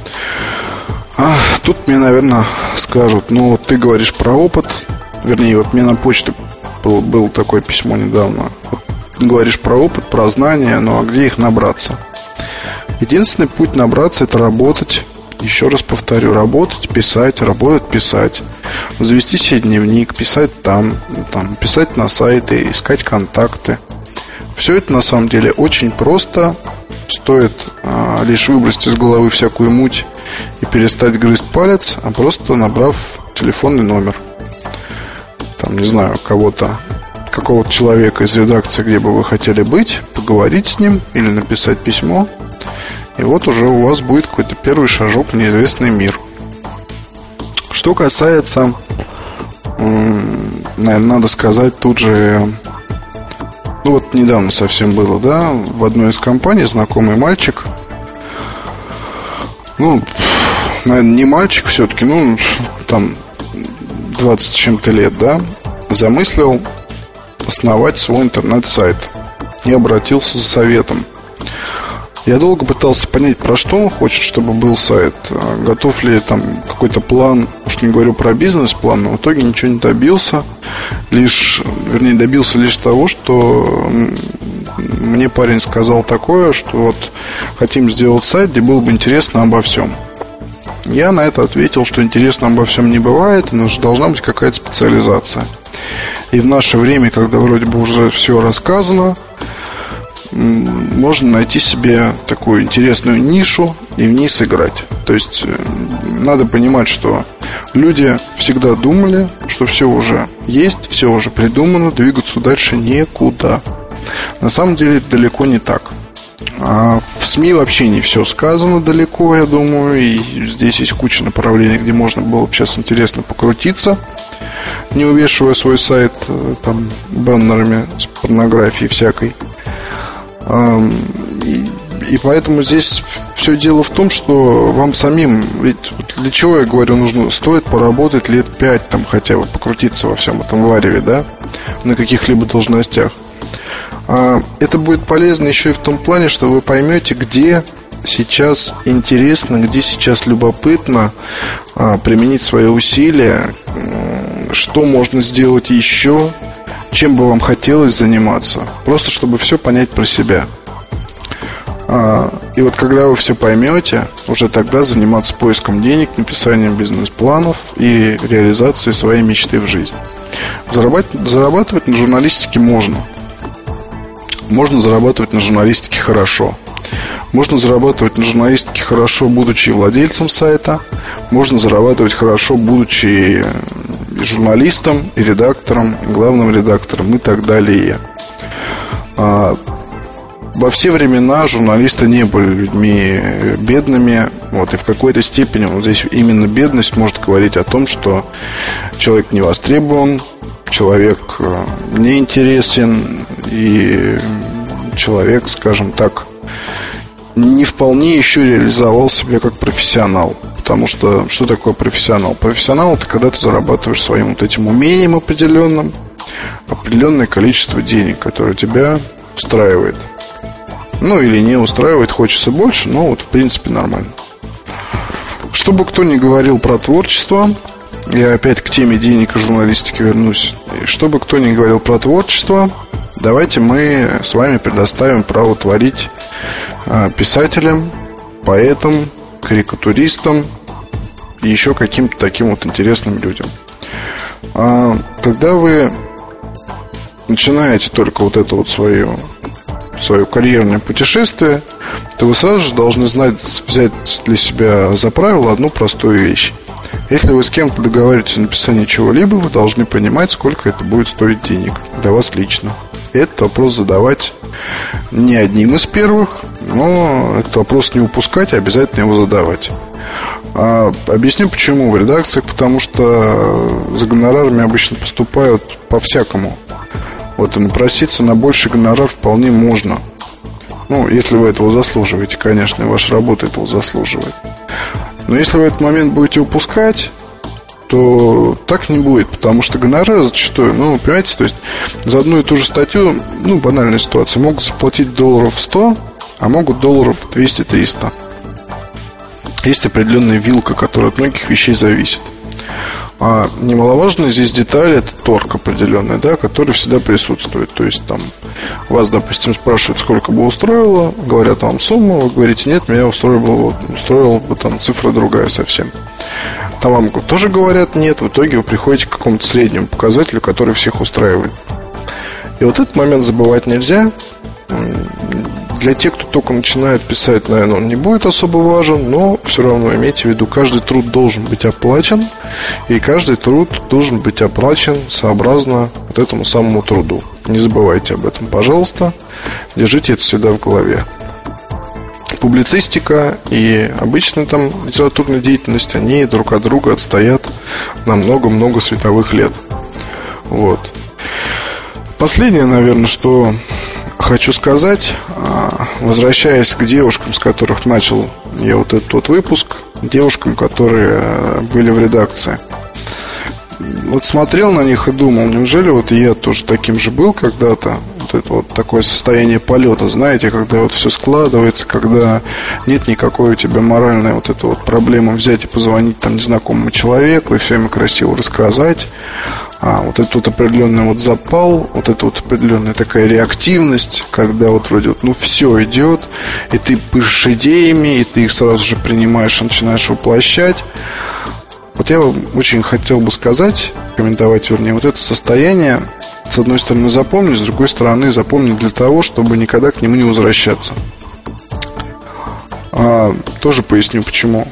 А, тут мне, наверное, скажут: ну, вот ты говоришь про опыт. Вернее, вот мне на почту было, было такое письмо недавно. Вот, говоришь про опыт, про знания, ну а где их набраться? Единственный путь набраться — это работать. Еще раз повторю: работать, писать, работать, писать. Завести себе дневник, писать там, там, писать на сайты, искать контакты. Все это на самом деле очень просто. Стоит а, лишь выбросить из головы всякую муть и перестать грызть палец, а просто набрав телефонный номер, там, не знаю, кого-то, какого-то человека из редакции, где бы вы хотели быть, поговорить с ним или написать письмо. И вот уже у вас будет какой-то первый шажок в неизвестный мир. Что касается, наверное, надо сказать тут же, ну вот недавно совсем было, да, в одной из компаний знакомый мальчик, ну, наверное, не мальчик все-таки, ну, там, двадцать с чем-то лет, да, замыслил основать свой интернет-сайт и обратился за советом. Я долго пытался понять, про что он хочет, чтобы был сайт, готов ли там какой-то план, уж не говорю про бизнес-план, но в итоге ничего не добился. Лишь, вернее, добился лишь того, что мне парень сказал такое, что вот хотим сделать сайт, где было бы интересно обо всем. Я на это ответил, что интересно обо всем не бывает, но же должна быть какая-то специализация. И в наше время, когда вроде бы уже все рассказано, можно найти себе такую интересную нишу и в ней сыграть. То есть надо понимать, что люди всегда думали, что все уже есть, все уже придумано, двигаться дальше некуда. На самом деле это далеко не так. А в СМИ вообще не все сказано далеко, я думаю. И здесь есть куча направлений, где можно было бы сейчас интересно покрутиться, не увешивая свой сайт там баннерами с порнографией всякой. И, и поэтому здесь все дело в том, что вам самим, ведь для чего, я говорю, нужно, стоит поработать лет пять там хотя бы, покрутиться во всем этом вареве, да, на каких-либо должностях. Это будет полезно еще и в том плане, что вы поймете, где сейчас интересно, где сейчас любопытно применить свои усилия, что можно сделать еще, чем бы вам хотелось заниматься. Просто чтобы все понять про себя. И вот когда вы все поймете, уже тогда заниматься поиском денег, написанием бизнес-планов и реализацией своей мечты в жизни. Зарабатывать, зарабатывать на журналистике можно. Можно зарабатывать на журналистике хорошо. Можно зарабатывать на журналистике хорошо, будучи владельцем сайта. Можно зарабатывать хорошо, будучи и журналистом, и редактором, и главным редактором, и так далее. а, Во все времена журналисты не были людьми бедными. Вот, и в какой-то степени вот здесь именно бедность может говорить о том, что человек не востребован, человек неинтересен, и человек, скажем так, не вполне еще реализовал себя как профессионал. Потому что, что такое профессионал? Профессионал — это когда ты зарабатываешь своим вот этим умением определенным определенное количество денег, которое тебя устраивает. Ну или не устраивает, хочется больше, но вот в принципе нормально. Что бы кто ни говорил про творчество, я опять к теме денег и журналистики вернусь. И что бы кто ни говорил про творчество, давайте мы с вами предоставим право творить писателям, поэтам, карикатуристам и еще каким-то таким вот интересным людям. Когда вы начинаете только вот это вот свое, свое карьерное путешествие, то вы сразу же должны знать, взять для себя за правило одну простую вещь. Если вы с кем-то договариваетесь о написании чего-либо, вы должны понимать, сколько это будет стоить денег для вас лично. И этот вопрос задавать не одним из первых, но этот вопрос не упускать, а обязательно его задавать. А объясню почему. В редакциях, потому что за гонорарами обычно поступают по-всякому. Вот и напроситься на больший гонорар вполне можно. Ну, если вы этого заслуживаете, конечно, и ваша работа этого заслуживает. Но если вы этот момент будете упускать, то так не будет, потому что гонорары зачастую, ну, понимаете, то есть за одну и ту же статью, ну, банальная ситуация, могут заплатить долларов сто, а могут долларов двести-триста. Есть определенная вилка, которая от многих вещей зависит. А немаловажная здесь деталь — это торг определенный, да, который всегда присутствует. То есть там вас, допустим, спрашивают, сколько бы устроило, говорят вам сумму, вы говорите: нет, меня устроила, устроила бы там цифра другая совсем. Там вам тоже говорят нет, в итоге вы приходите к какому-то среднему показателю, который всех устраивает. И вот этот момент забывать нельзя. Для тех, кто только начинает писать, наверное, он не будет особо важен, но все равно имейте в виду, каждый труд должен быть оплачен, и каждый труд должен быть оплачен сообразно вот этому самому труду. Не забывайте об этом, пожалуйста. Держите это всегда в голове. Публицистика и обычная там литературная деятельность, они друг от друга отстоят на много-много световых лет. Вот. Последнее, наверное, что хочу сказать, возвращаясь к девушкам, с которых начал я вот этот вот выпуск, девушкам, которые были в редакции. Вот смотрел на них и думал, неужели вот я тоже таким же был когда-то? Вот это вот такое состояние полета, знаете, когда вот все складывается, когда нет никакой у тебя моральной вот этой вот проблемы взять и позвонить там незнакомому человеку и все ему красиво рассказать. А вот этот вот определенный вот запал, вот эта вот определенная такая реактивность, когда вот вроде вот, ну, все идет, и ты пышешь идеями, и ты их сразу же принимаешь и начинаешь воплощать. Вот я очень хотел бы сказать, комментовать, вернее, вот это состояние, с одной стороны, запомнить, с другой стороны, запомнить для того, чтобы никогда к нему не возвращаться. А, тоже поясню, почему.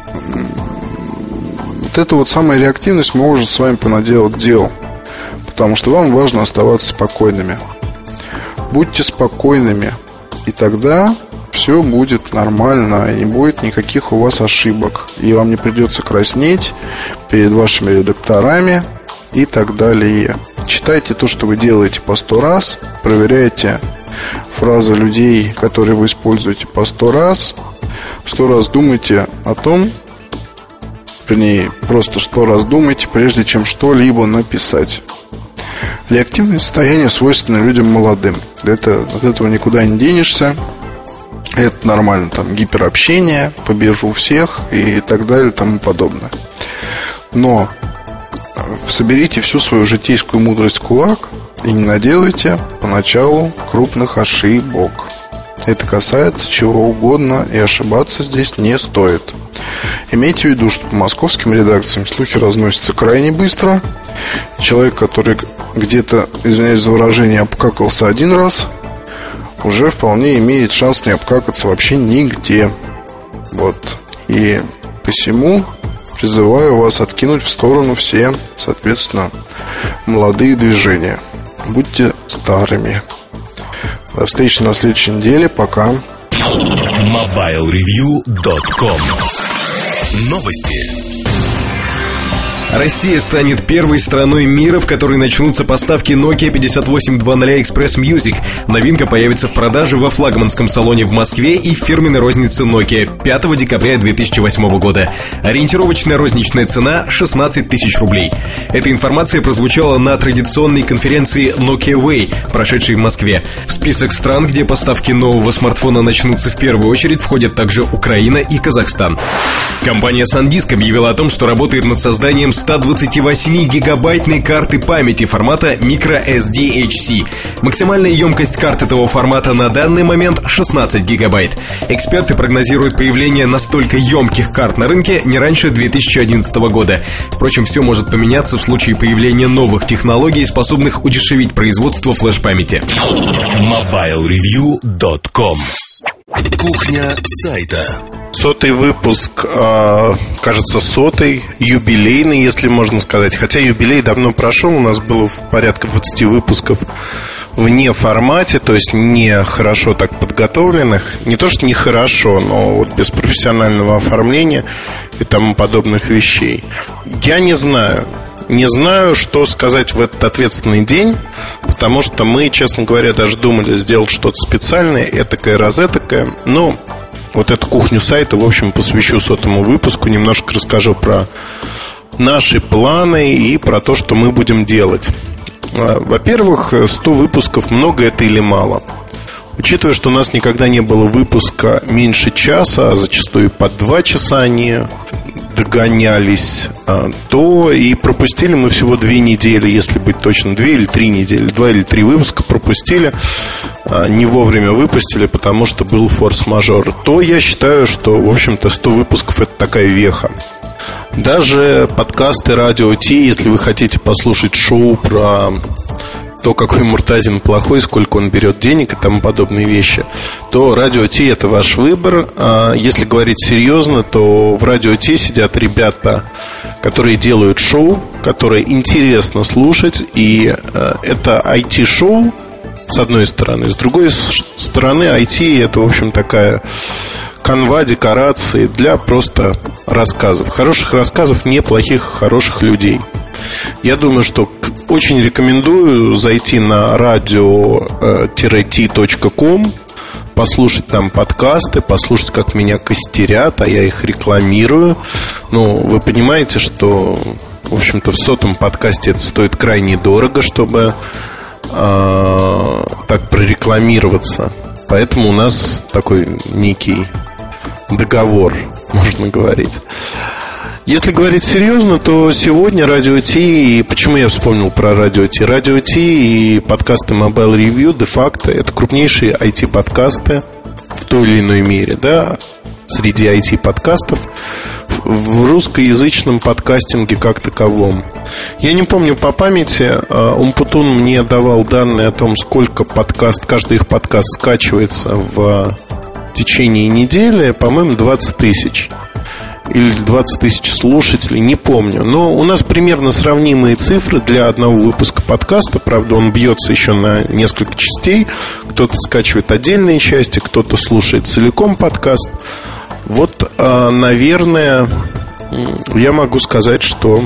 Вот эта вот самая реактивность может с вами понаделать дел, потому что вам важно оставаться спокойными. Будьте спокойными, и тогда все будет нормально, и не будет никаких у вас ошибок, и вам не придется краснеть перед вашими редакторами и так далее. Читайте то, что вы делаете, по сто раз, проверяйте фразы людей, которые вы используете, по сто раз, сто раз думайте о том, вернее, просто сто раз думайте, прежде чем что-либо написать. Реактивное состояние свойственно людям молодым. Это, от этого никуда не денешься. Это нормально, там, гиперобщение, побежу всех и так далее, и тому подобное. Но соберите всю свою житейскую мудрость в кулак и не наделайте поначалу крупных ошибок. Это касается чего угодно, и ошибаться здесь не стоит. Имейте в виду, что по московским редакциям слухи разносятся крайне быстро. Человек, который где-то, извиняюсь за выражение, обкакался один раз, уже вполне имеет шанс не обкакаться вообще нигде. Вот. И посему призываю вас откинуть в сторону все, соответственно, молодые движения. Будьте старыми. До встречи на следующей неделе. Пока. мобайл ревью точка ком. Новости. Россия станет первой страной мира, в которой начнутся поставки Nokia пятьдесят восемь двадцать Express Music. Новинка появится в продаже во флагманском салоне в Москве и в фирменной рознице Nokia пятого декабря две тысячи восьмого года. Ориентировочная розничная цена шестнадцать тысяч рублей. Эта информация прозвучала на традиционной конференции Nokia Way, прошедшей в Москве. В список стран, где поставки нового смартфона начнутся в первую очередь, входят также Украина и Казахстан. Компания SanDisk объявила о том, что работает над созданием ста двадцати восьми гигабайтной карты памяти формата microSD-эйч си. Максимальная емкость карт этого формата на данный момент шестнадцать гигабайт. Эксперты прогнозируют появление настолько емких карт на рынке не раньше две тысячи одиннадцатого года. Впрочем, все может поменяться в случае появления новых технологий, способных удешевить производство флеш-памяти. мобайл ревью точка ком. Кухня сайта. Сотый выпуск, э, кажется, сотый, юбилейный, если можно сказать. Хотя юбилей давно прошел, у нас было порядка двадцати выпусков вне формате, то есть не хорошо так подготовленных. Не то, что не хорошо, но вот без профессионального оформления и тому подобных вещей. Я не знаю. Не знаю, что сказать в этот ответственный день, потому что мы, честно говоря, даже думали сделать что-то специальное, этакое, розетакое. Но вот эту кухню сайта, в общем, посвящу сотому выпуску. Немножко расскажу про наши планы и про то, что мы будем делать. Во-первых, сто выпусков, много это или мало? Учитывая, что у нас никогда не было выпуска меньше часа, а зачастую по два часа они догонялись, то и пропустили мы всего две недели, если быть точным, две или три недели, два или три выпуска пропустили, не вовремя выпустили, потому что был форс-мажор. То я считаю, что, в общем-то, сто выпусков — это такая веха. Даже подкасты Радио Ти, если вы хотите послушать шоу про то, какой Муртазин плохой, сколько он берет денег и тому подобные вещи, то Радио Ти — это ваш выбор. А если говорить серьезно, то в Радио Ти сидят ребята, которые делают шоу, которые интересно слушать. И это ай ти-шоу, с одной стороны. С другой стороны, ай ти — это, в общем, такая канва, декорации для просто рассказов. Хороших рассказов, неплохих, хороших людей. Я думаю, что очень рекомендую зайти на радио ти точка ком, послушать там подкасты, послушать, как меня костерят, а я их рекламирую. Ну, вы понимаете, что, в общем-то, в сотом подкасте это стоит крайне дорого, чтобы э, так прорекламироваться. Поэтому у нас такой некий договор, можно говорить. Если говорить серьезно, то сегодня Радио Ти, и почему я вспомнил про Радио Ти? Радио Ти и подкасты Mobile Review де-факто это крупнейшие ай ти-подкасты в той или иной мере, да, среди ай ти-подкастов в русскоязычном подкастинге как таковом. Я не помню по памяти, Умпутун мне давал данные о том, сколько подкаст, каждый их подкаст скачивается в течение недели, по-моему, двадцать тысяч. Или двадцать тысяч слушателей, не помню. Но у нас примерно сравнимые цифры для одного выпуска подкаста. Правда, он бьется еще на несколько частей. Кто-то скачивает отдельные части, кто-то слушает целиком подкаст. Вот, наверное, я могу сказать, что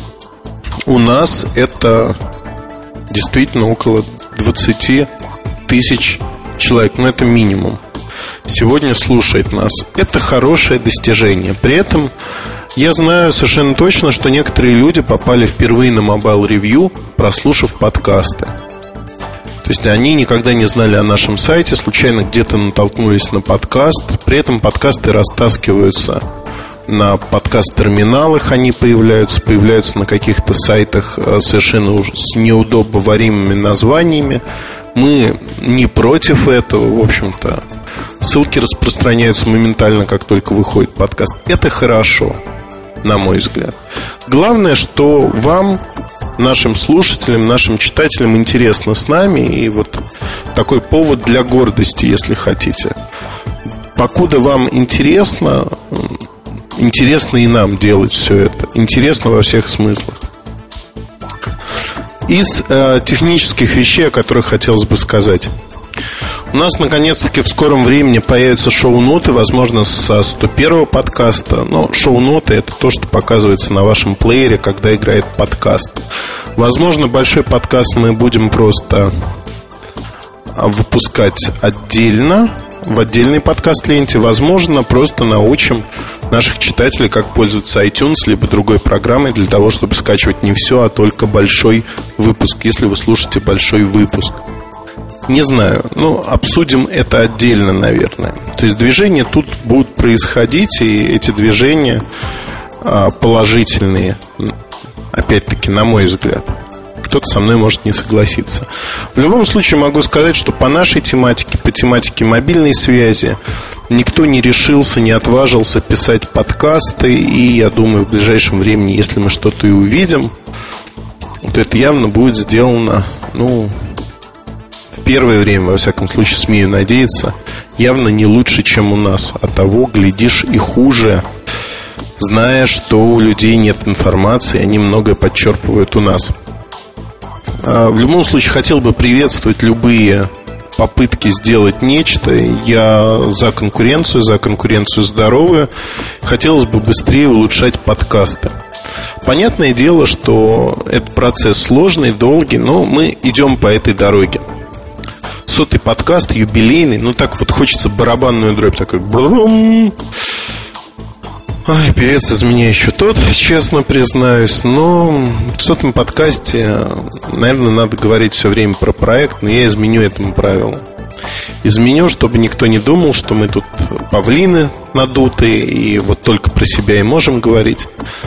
у нас это действительно около двадцать тысяч человек. Но это минимум. Сегодня слушает нас. Это хорошее достижение. При этом я знаю совершенно точно, что некоторые люди попали впервые на Mobile Review, прослушав подкасты. То есть они никогда не знали о нашем сайте, случайно где-то натолкнулись на подкаст. При этом подкасты растаскиваются на подкаст-терминалах, они появляются, появляются на каких-то сайтах совершенно с неудобоваримыми названиями. Мы не против этого, в общем-то. Ссылки распространяются моментально, как только выходит подкаст. Это хорошо, на мой взгляд. Главное, что вам, нашим слушателям, нашим читателям интересно с нами. И вот такой повод для гордости, если хотите. Покуда вам интересно, интересно и нам делать все это. Интересно во всех смыслах. Из э, технических вещей, о которых хотелось бы сказать. У нас, наконец-таки, в скором времени появятся шоу-ноты, возможно, со сто первого подкаста. Но шоу-ноты – это то, что показывается на вашем плеере, когда играет подкаст. Возможно, большой подкаст мы будем просто выпускать отдельно, в отдельной подкаст-ленте. Возможно, просто научим наших читателей, как пользоваться iTunes, либо другой программой, для того, чтобы скачивать не все, а только большой выпуск, если вы слушаете большой выпуск. Не знаю, ну, обсудим это отдельно, наверное. То есть движения тут будут происходить, и эти движения а, положительные, опять-таки, на мой взгляд. Кто-то со мной может не согласиться. В любом случае могу сказать, что по нашей тематике, по тематике мобильной связи, никто не решился, не отважился писать подкасты. И я думаю, в ближайшем времени, если мы что-то и увидим, то это явно будет сделано, ну... в первое время, во всяком случае, смею надеяться, явно не лучше, чем у нас. А того, глядишь, и хуже, зная, что у людей нет информации, они многое подчерпывают у нас. В любом случае, хотел бы приветствовать любые попытки сделать нечто. Я за конкуренцию, за конкуренцию здоровую. Хотелось бы быстрее улучшать подкасты. Понятное дело, что этот процесс сложный, долгий, но мы идем по этой дороге. Сотый подкаст, юбилейный. Ну так вот хочется барабанную дробь. Такой брум. Ой, певец из меня еще тот, честно признаюсь. Но в сотом подкасте, наверное, надо говорить все время про проект. Но я изменю этому правилу. Изменю, чтобы никто не думал, что мы тут павлины надутые и вот только про себя и можем говорить.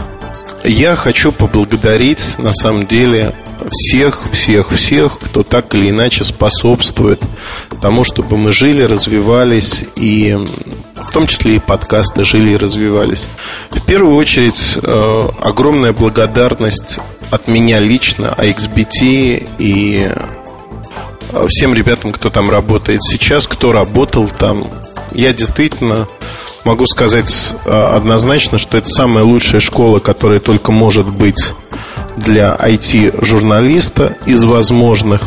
Я хочу поблагодарить, на самом деле, всех, всех, всех, кто так или иначе способствует тому, чтобы мы жили, развивались, и в том числе и подкасты жили и развивались. В первую очередь, огромная благодарность от меня лично, эй икс би ти и всем ребятам, кто там работает сейчас, кто работал там. Я действительно могу сказать однозначно, что это самая лучшая школа, которая только может быть для ай ти-журналиста из возможных.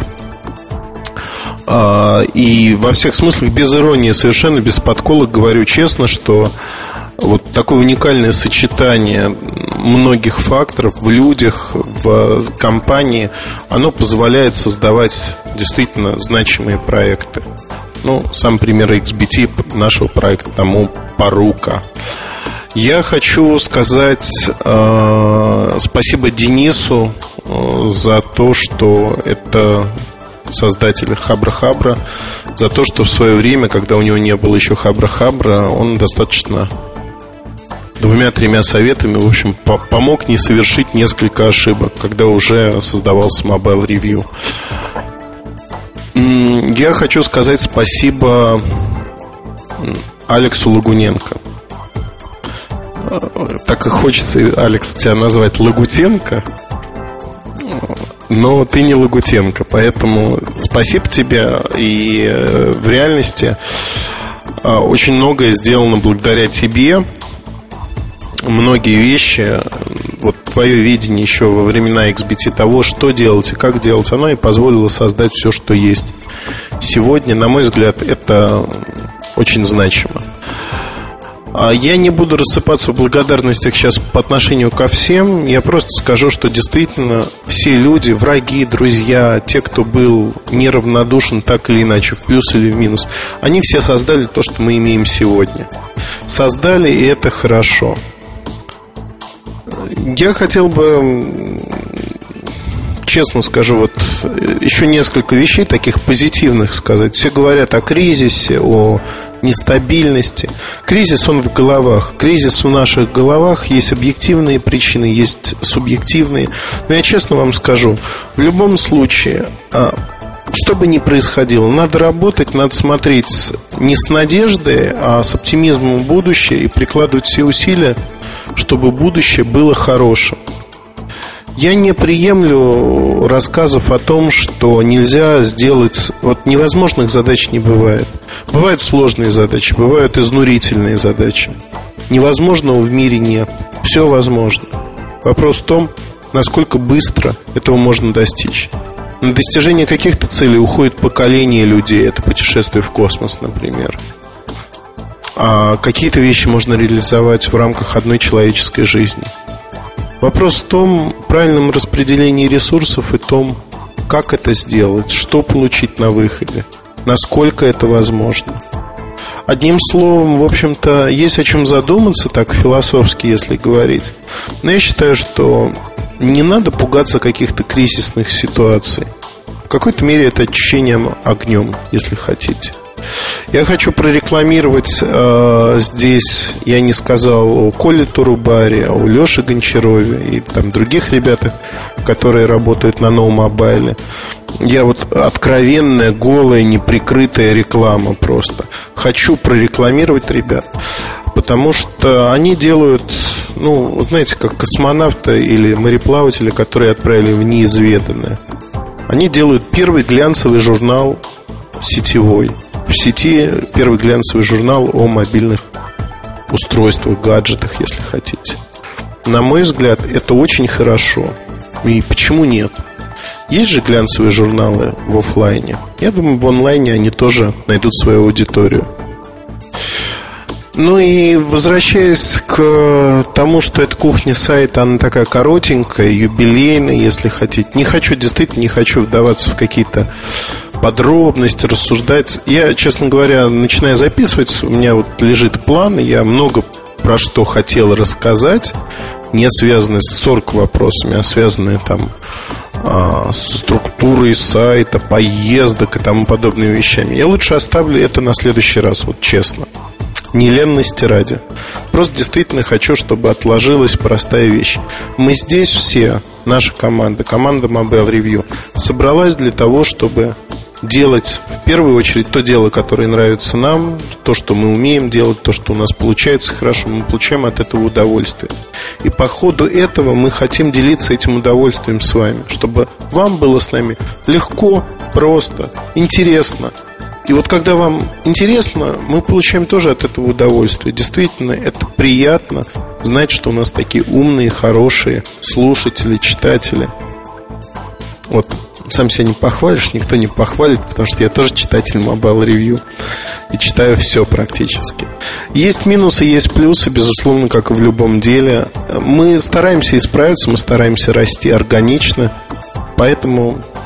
И во всех смыслах, без иронии, совершенно без подколок, говорю честно, что вот такое уникальное сочетание многих факторов в людях, в компании, оно позволяет создавать действительно значимые проекты. Ну, сам пример икс би ти нашего проекта тому порука. Я хочу сказать э, спасибо Денису э, за то, что это создатель Хабра-Хабра, за то, что в свое время, когда у него не было еще Хабра-Хабра, он достаточно двумя-тремя советами, в общем, по- помог не совершить несколько ошибок, когда уже создавался Mobile Review. Я хочу сказать спасибо Алексу Лагуненко. Так и хочется, Алекс, тебя назвать Лагутенко, но ты не Лагутенко, поэтому спасибо тебе. И в реальности очень многое сделано благодаря тебе. Многие вещи, вот твое видение еще во времена икс би ти того, что делать и как делать, оно и позволило создать все, что есть сегодня. На мой взгляд, это очень значимо. Я не буду рассыпаться в благодарностях сейчас по отношению ко всем. Я просто скажу, что действительно все люди, враги, друзья, те, кто был неравнодушен так или иначе, в плюс или в минус, они все создали то, что мы имеем сегодня. Создали, и это хорошо. Я хотел бы, честно скажу, вот еще несколько вещей таких позитивных сказать. Все говорят о кризисе, о нестабильности. Кризис, он в головах. Кризис в наших головах. Есть объективные причины, есть субъективные. Но я честно вам скажу, в любом случае, что бы ни происходило, надо работать, надо смотреть не с надеждой, а с оптимизмом в будущее и прикладывать все усилия, чтобы будущее было хорошим. Я не приемлю рассказов о том, что нельзя сделать. Вот невозможных задач не бывает. Бывают сложные задачи, бывают изнурительные задачи. Невозможного в мире нет. Все возможно. Вопрос в том, насколько быстро этого можно достичь. На достижение каких-то целей уходит поколение людей. Это путешествие в космос, например. А какие-то вещи можно реализовать в рамках одной человеческой жизни. Вопрос в том, правильном распределении ресурсов и том, как это сделать, что получить на выходе, насколько это возможно. Одним словом, в общем-то, есть о чем задуматься, так философски, если говорить. Но я считаю, что не надо пугаться каких-то кризисных ситуаций. В какой-то мере это очищением огнем, если хотите. Я хочу прорекламировать э, здесь, я не сказал о Коле Турубаре, о Леше Гончарове и там других ребятах, которые работают на ноу-мобайле. Я вот откровенная, голая, неприкрытая реклама просто. Хочу прорекламировать ребят, потому что они делают, ну, вот знаете, как космонавты или мореплаватели, которые отправили в неизведанное. Они делают первый глянцевый журнал сетевой. В сети первый глянцевый журнал о мобильных устройствах, гаджетах, если хотите. На мой взгляд, это очень хорошо. И почему нет? Есть же глянцевые журналы в офлайне. Я думаю, в онлайне они тоже найдут свою аудиторию. Ну и возвращаясь к тому, что эта кухня сайта, она такая коротенькая, юбилейная, если хотите. Не хочу, действительно не хочу вдаваться в какие-то подробности, рассуждать. Я, честно говоря, начинаю записывать, у меня вот лежит план, я много про что хотел рассказать, не связанные с сорок вопросами, а связанные там а, с структурой сайта, поездок и тому подобными вещами. Я лучше оставлю это на следующий раз, вот честно. Не ленности ради. Просто действительно хочу, чтобы отложилась простая вещь. Мы здесь все, наша команда, команда Mobile Review, собралась для того, чтобы делать в первую очередь то дело, которое нравится нам, то, что мы умеем делать, то, что у нас получается хорошо, мы получаем от этого удовольствие. И по ходу этого мы хотим делиться этим удовольствием с вами, чтобы вам было с нами легко, просто, интересно. И вот когда вам интересно, мы получаем тоже от этого удовольствие. Действительно, это приятно знать, что у нас такие умные, хорошие слушатели, читатели. Вот, сам себя не похвалишь, никто не похвалит, потому что я тоже читатель Mobile Review и читаю все практически. Есть минусы, есть плюсы, безусловно, как и в любом деле. Мы стараемся исправиться, мы стараемся расти органично. Поэтому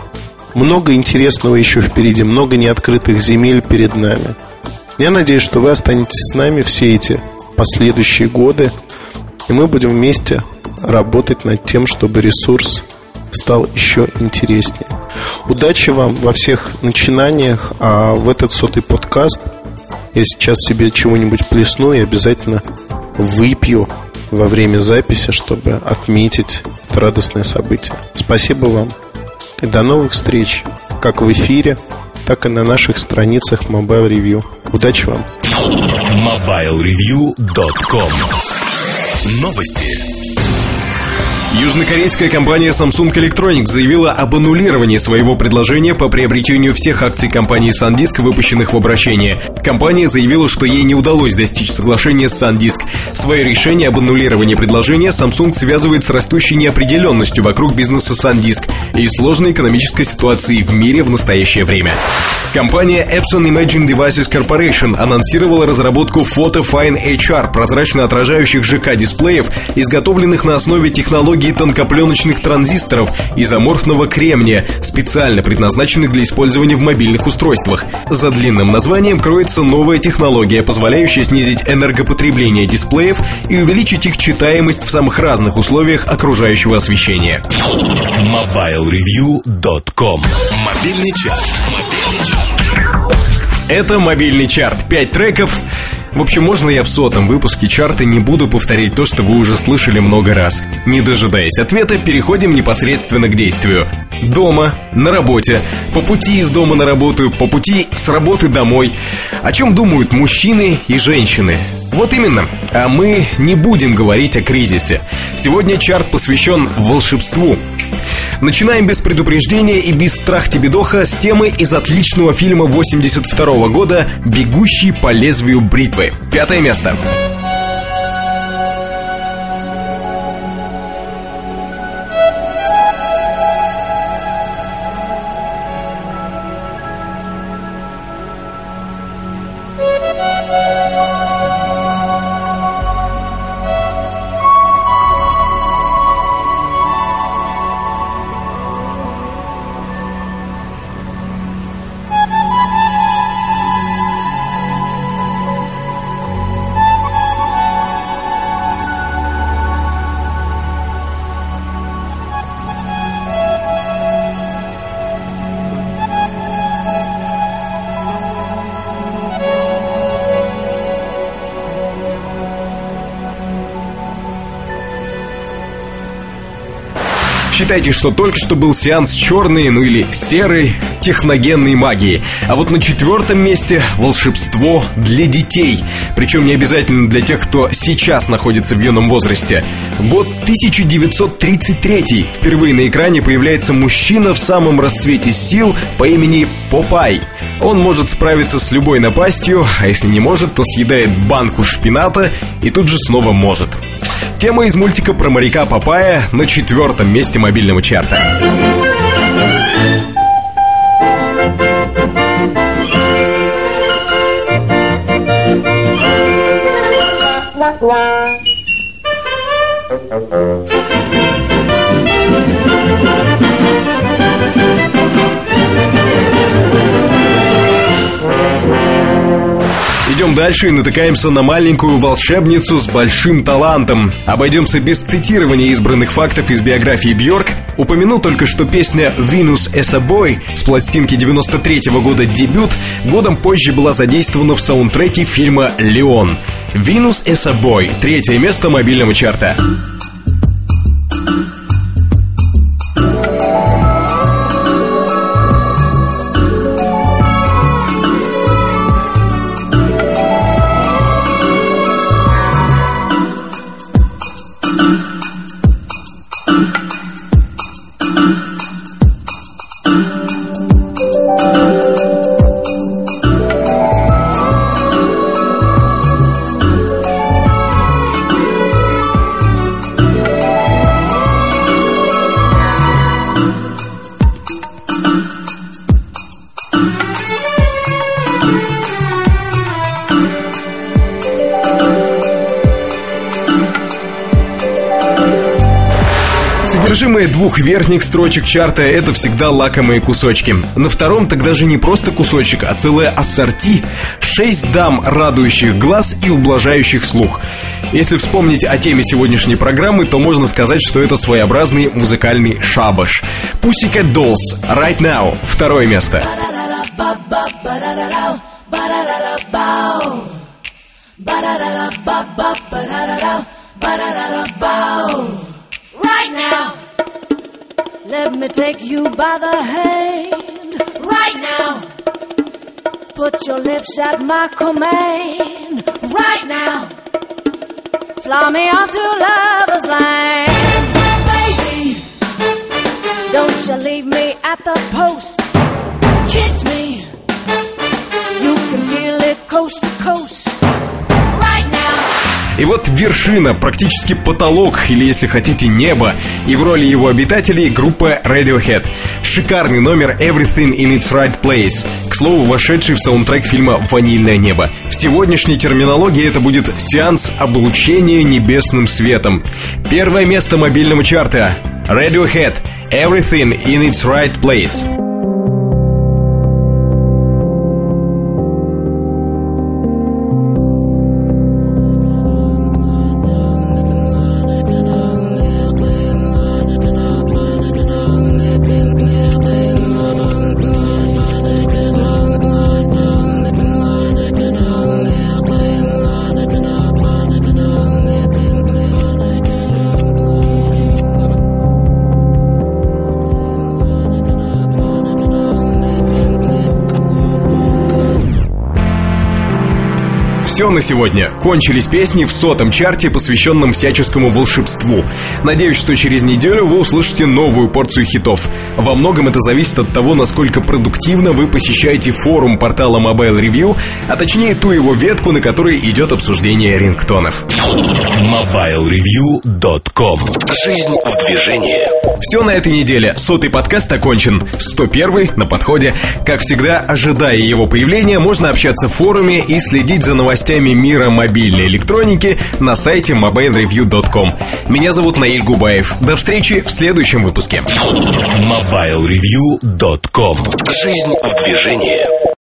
Много интересного еще впереди, много неоткрытых земель перед нами. Я надеюсь, что вы останетесь с нами все эти последующие годы, и мы будем вместе работать над тем, чтобы ресурс стал еще интереснее. Удачи вам во всех начинаниях. А в этот сотый подкаст я сейчас себе чего-нибудь плесну и обязательно выпью во время записи, чтобы отметить это радостное событие. Спасибо вам и до новых встреч, как в эфире, так и на наших страницах Mobile Review. Удачи вам. мобайл ревью точка ком. Новости. Южнокорейская компания Samsung Electronics заявила об аннулировании своего предложения по приобретению всех акций компании SanDisk, выпущенных в обращение. Компания заявила, что ей не удалось достичь соглашения с SanDisk. Свое решение об аннулировании предложения Samsung связывает с растущей неопределенностью вокруг бизнеса SanDisk и сложной экономической ситуацией в мире в настоящее время. Компания Epson Imaging Devices Corporation анонсировала разработку Photo Fine эйч ар, прозрачно отражающих ЖК-дисплеев, изготовленных на основе технологии тонкопленочных транзисторов изоморфного кремния, специально предназначенных для использования в мобильных устройствах. За длинным названием кроется новая технология, позволяющая снизить энергопотребление дисплеев и увеличить их читаемость в самых разных условиях окружающего освещения. мобайл ревью точка ком. Мобильный час. Это мобильный чарт. Пять треков. В общем, можно я в сотом выпуске чарта не буду повторять то, что вы уже слышали много раз. Не дожидаясь ответа, переходим непосредственно к действию. Дома, на работе, по пути из дома на работу, по пути с работы домой. О чем думают мужчины и женщины? Вот именно. А мы не будем говорить о кризисе. Сегодня чарт посвящен волшебству. Начинаем без предупреждения и без страх-тебедоха с темы из отличного фильма восемьдесят второго года «Бегущий по лезвию бритвы». Пятое место. Считайте, что только что был сеанс черной, ну или серой техногенной магии. А вот на четвертом месте волшебство для детей. Причем не обязательно для тех, кто сейчас находится в юном возрасте. Год тысяча девятьсот тридцать третий. Впервые на экране появляется мужчина в самом расцвете сил по имени Попай. Он может справиться с любой напастью, а если не может, то съедает банку шпината и тут же снова может. Тема из мультика про моряка Попая на четвертом месте мобильного чарта. Идем дальше и натыкаемся на маленькую волшебницу с большим талантом. Обойдемся без цитирования избранных фактов из биографии Бьорк. Упомяну только, что песня «Venus as a Boy» с пластинки девяносто третьего года «Дебют» годом позже была задействована в саундтреке фильма «Леон». «Venus as a Boy» — третье место мобильного чарта. Содержимое двух верхних строчек чарта — это всегда лакомые кусочки. На втором так даже не просто кусочек, а целое ассорти. Шесть дам, радующих глаз и ублажающих слух. Если вспомнить о теме сегодняшней программы, то можно сказать, что это своеобразный музыкальный шабаш. Pussycat Dolls, Right Now, второе место. Right now, let me take you by the hand. Right now, put your lips at my command. Right now, fly me off to lover's land. Baby, don't you leave me at the post. Kiss me, you can feel it coast to coast. Right now. И вот вершина, практически потолок, или, если хотите, небо. И в роли его обитателей группа Radiohead. Шикарный номер Everything in its Right Place. К слову, вошедший в саундтрек фильма «Ванильное небо». В сегодняшней терминологии это будет сеанс облучения небесным светом. Первое место мобильного чарта. Radiohead, Everything in its Right Place. Все на сегодня. Кончились песни в сотом чарте, посвященном всяческому волшебству. Надеюсь, что через неделю вы услышите новую порцию хитов. Во многом это зависит от того, насколько продуктивно вы посещаете форум портала Mobile Review, а точнее ту его ветку, на которой идет обсуждение рингтонов. мобайл ревью точка ком. Жизнь в движении. Все на этой неделе. Сотый подкаст окончен. сто первый на подходе. Как всегда, ожидая его появления, можно общаться в форуме и следить за новостями мира мобильной электроники на сайте мобайл ревью точка ком. Меня зовут Наиль Губаев. До встречи в следующем выпуске. мобайл ревью точка ком. Жизнь в движении.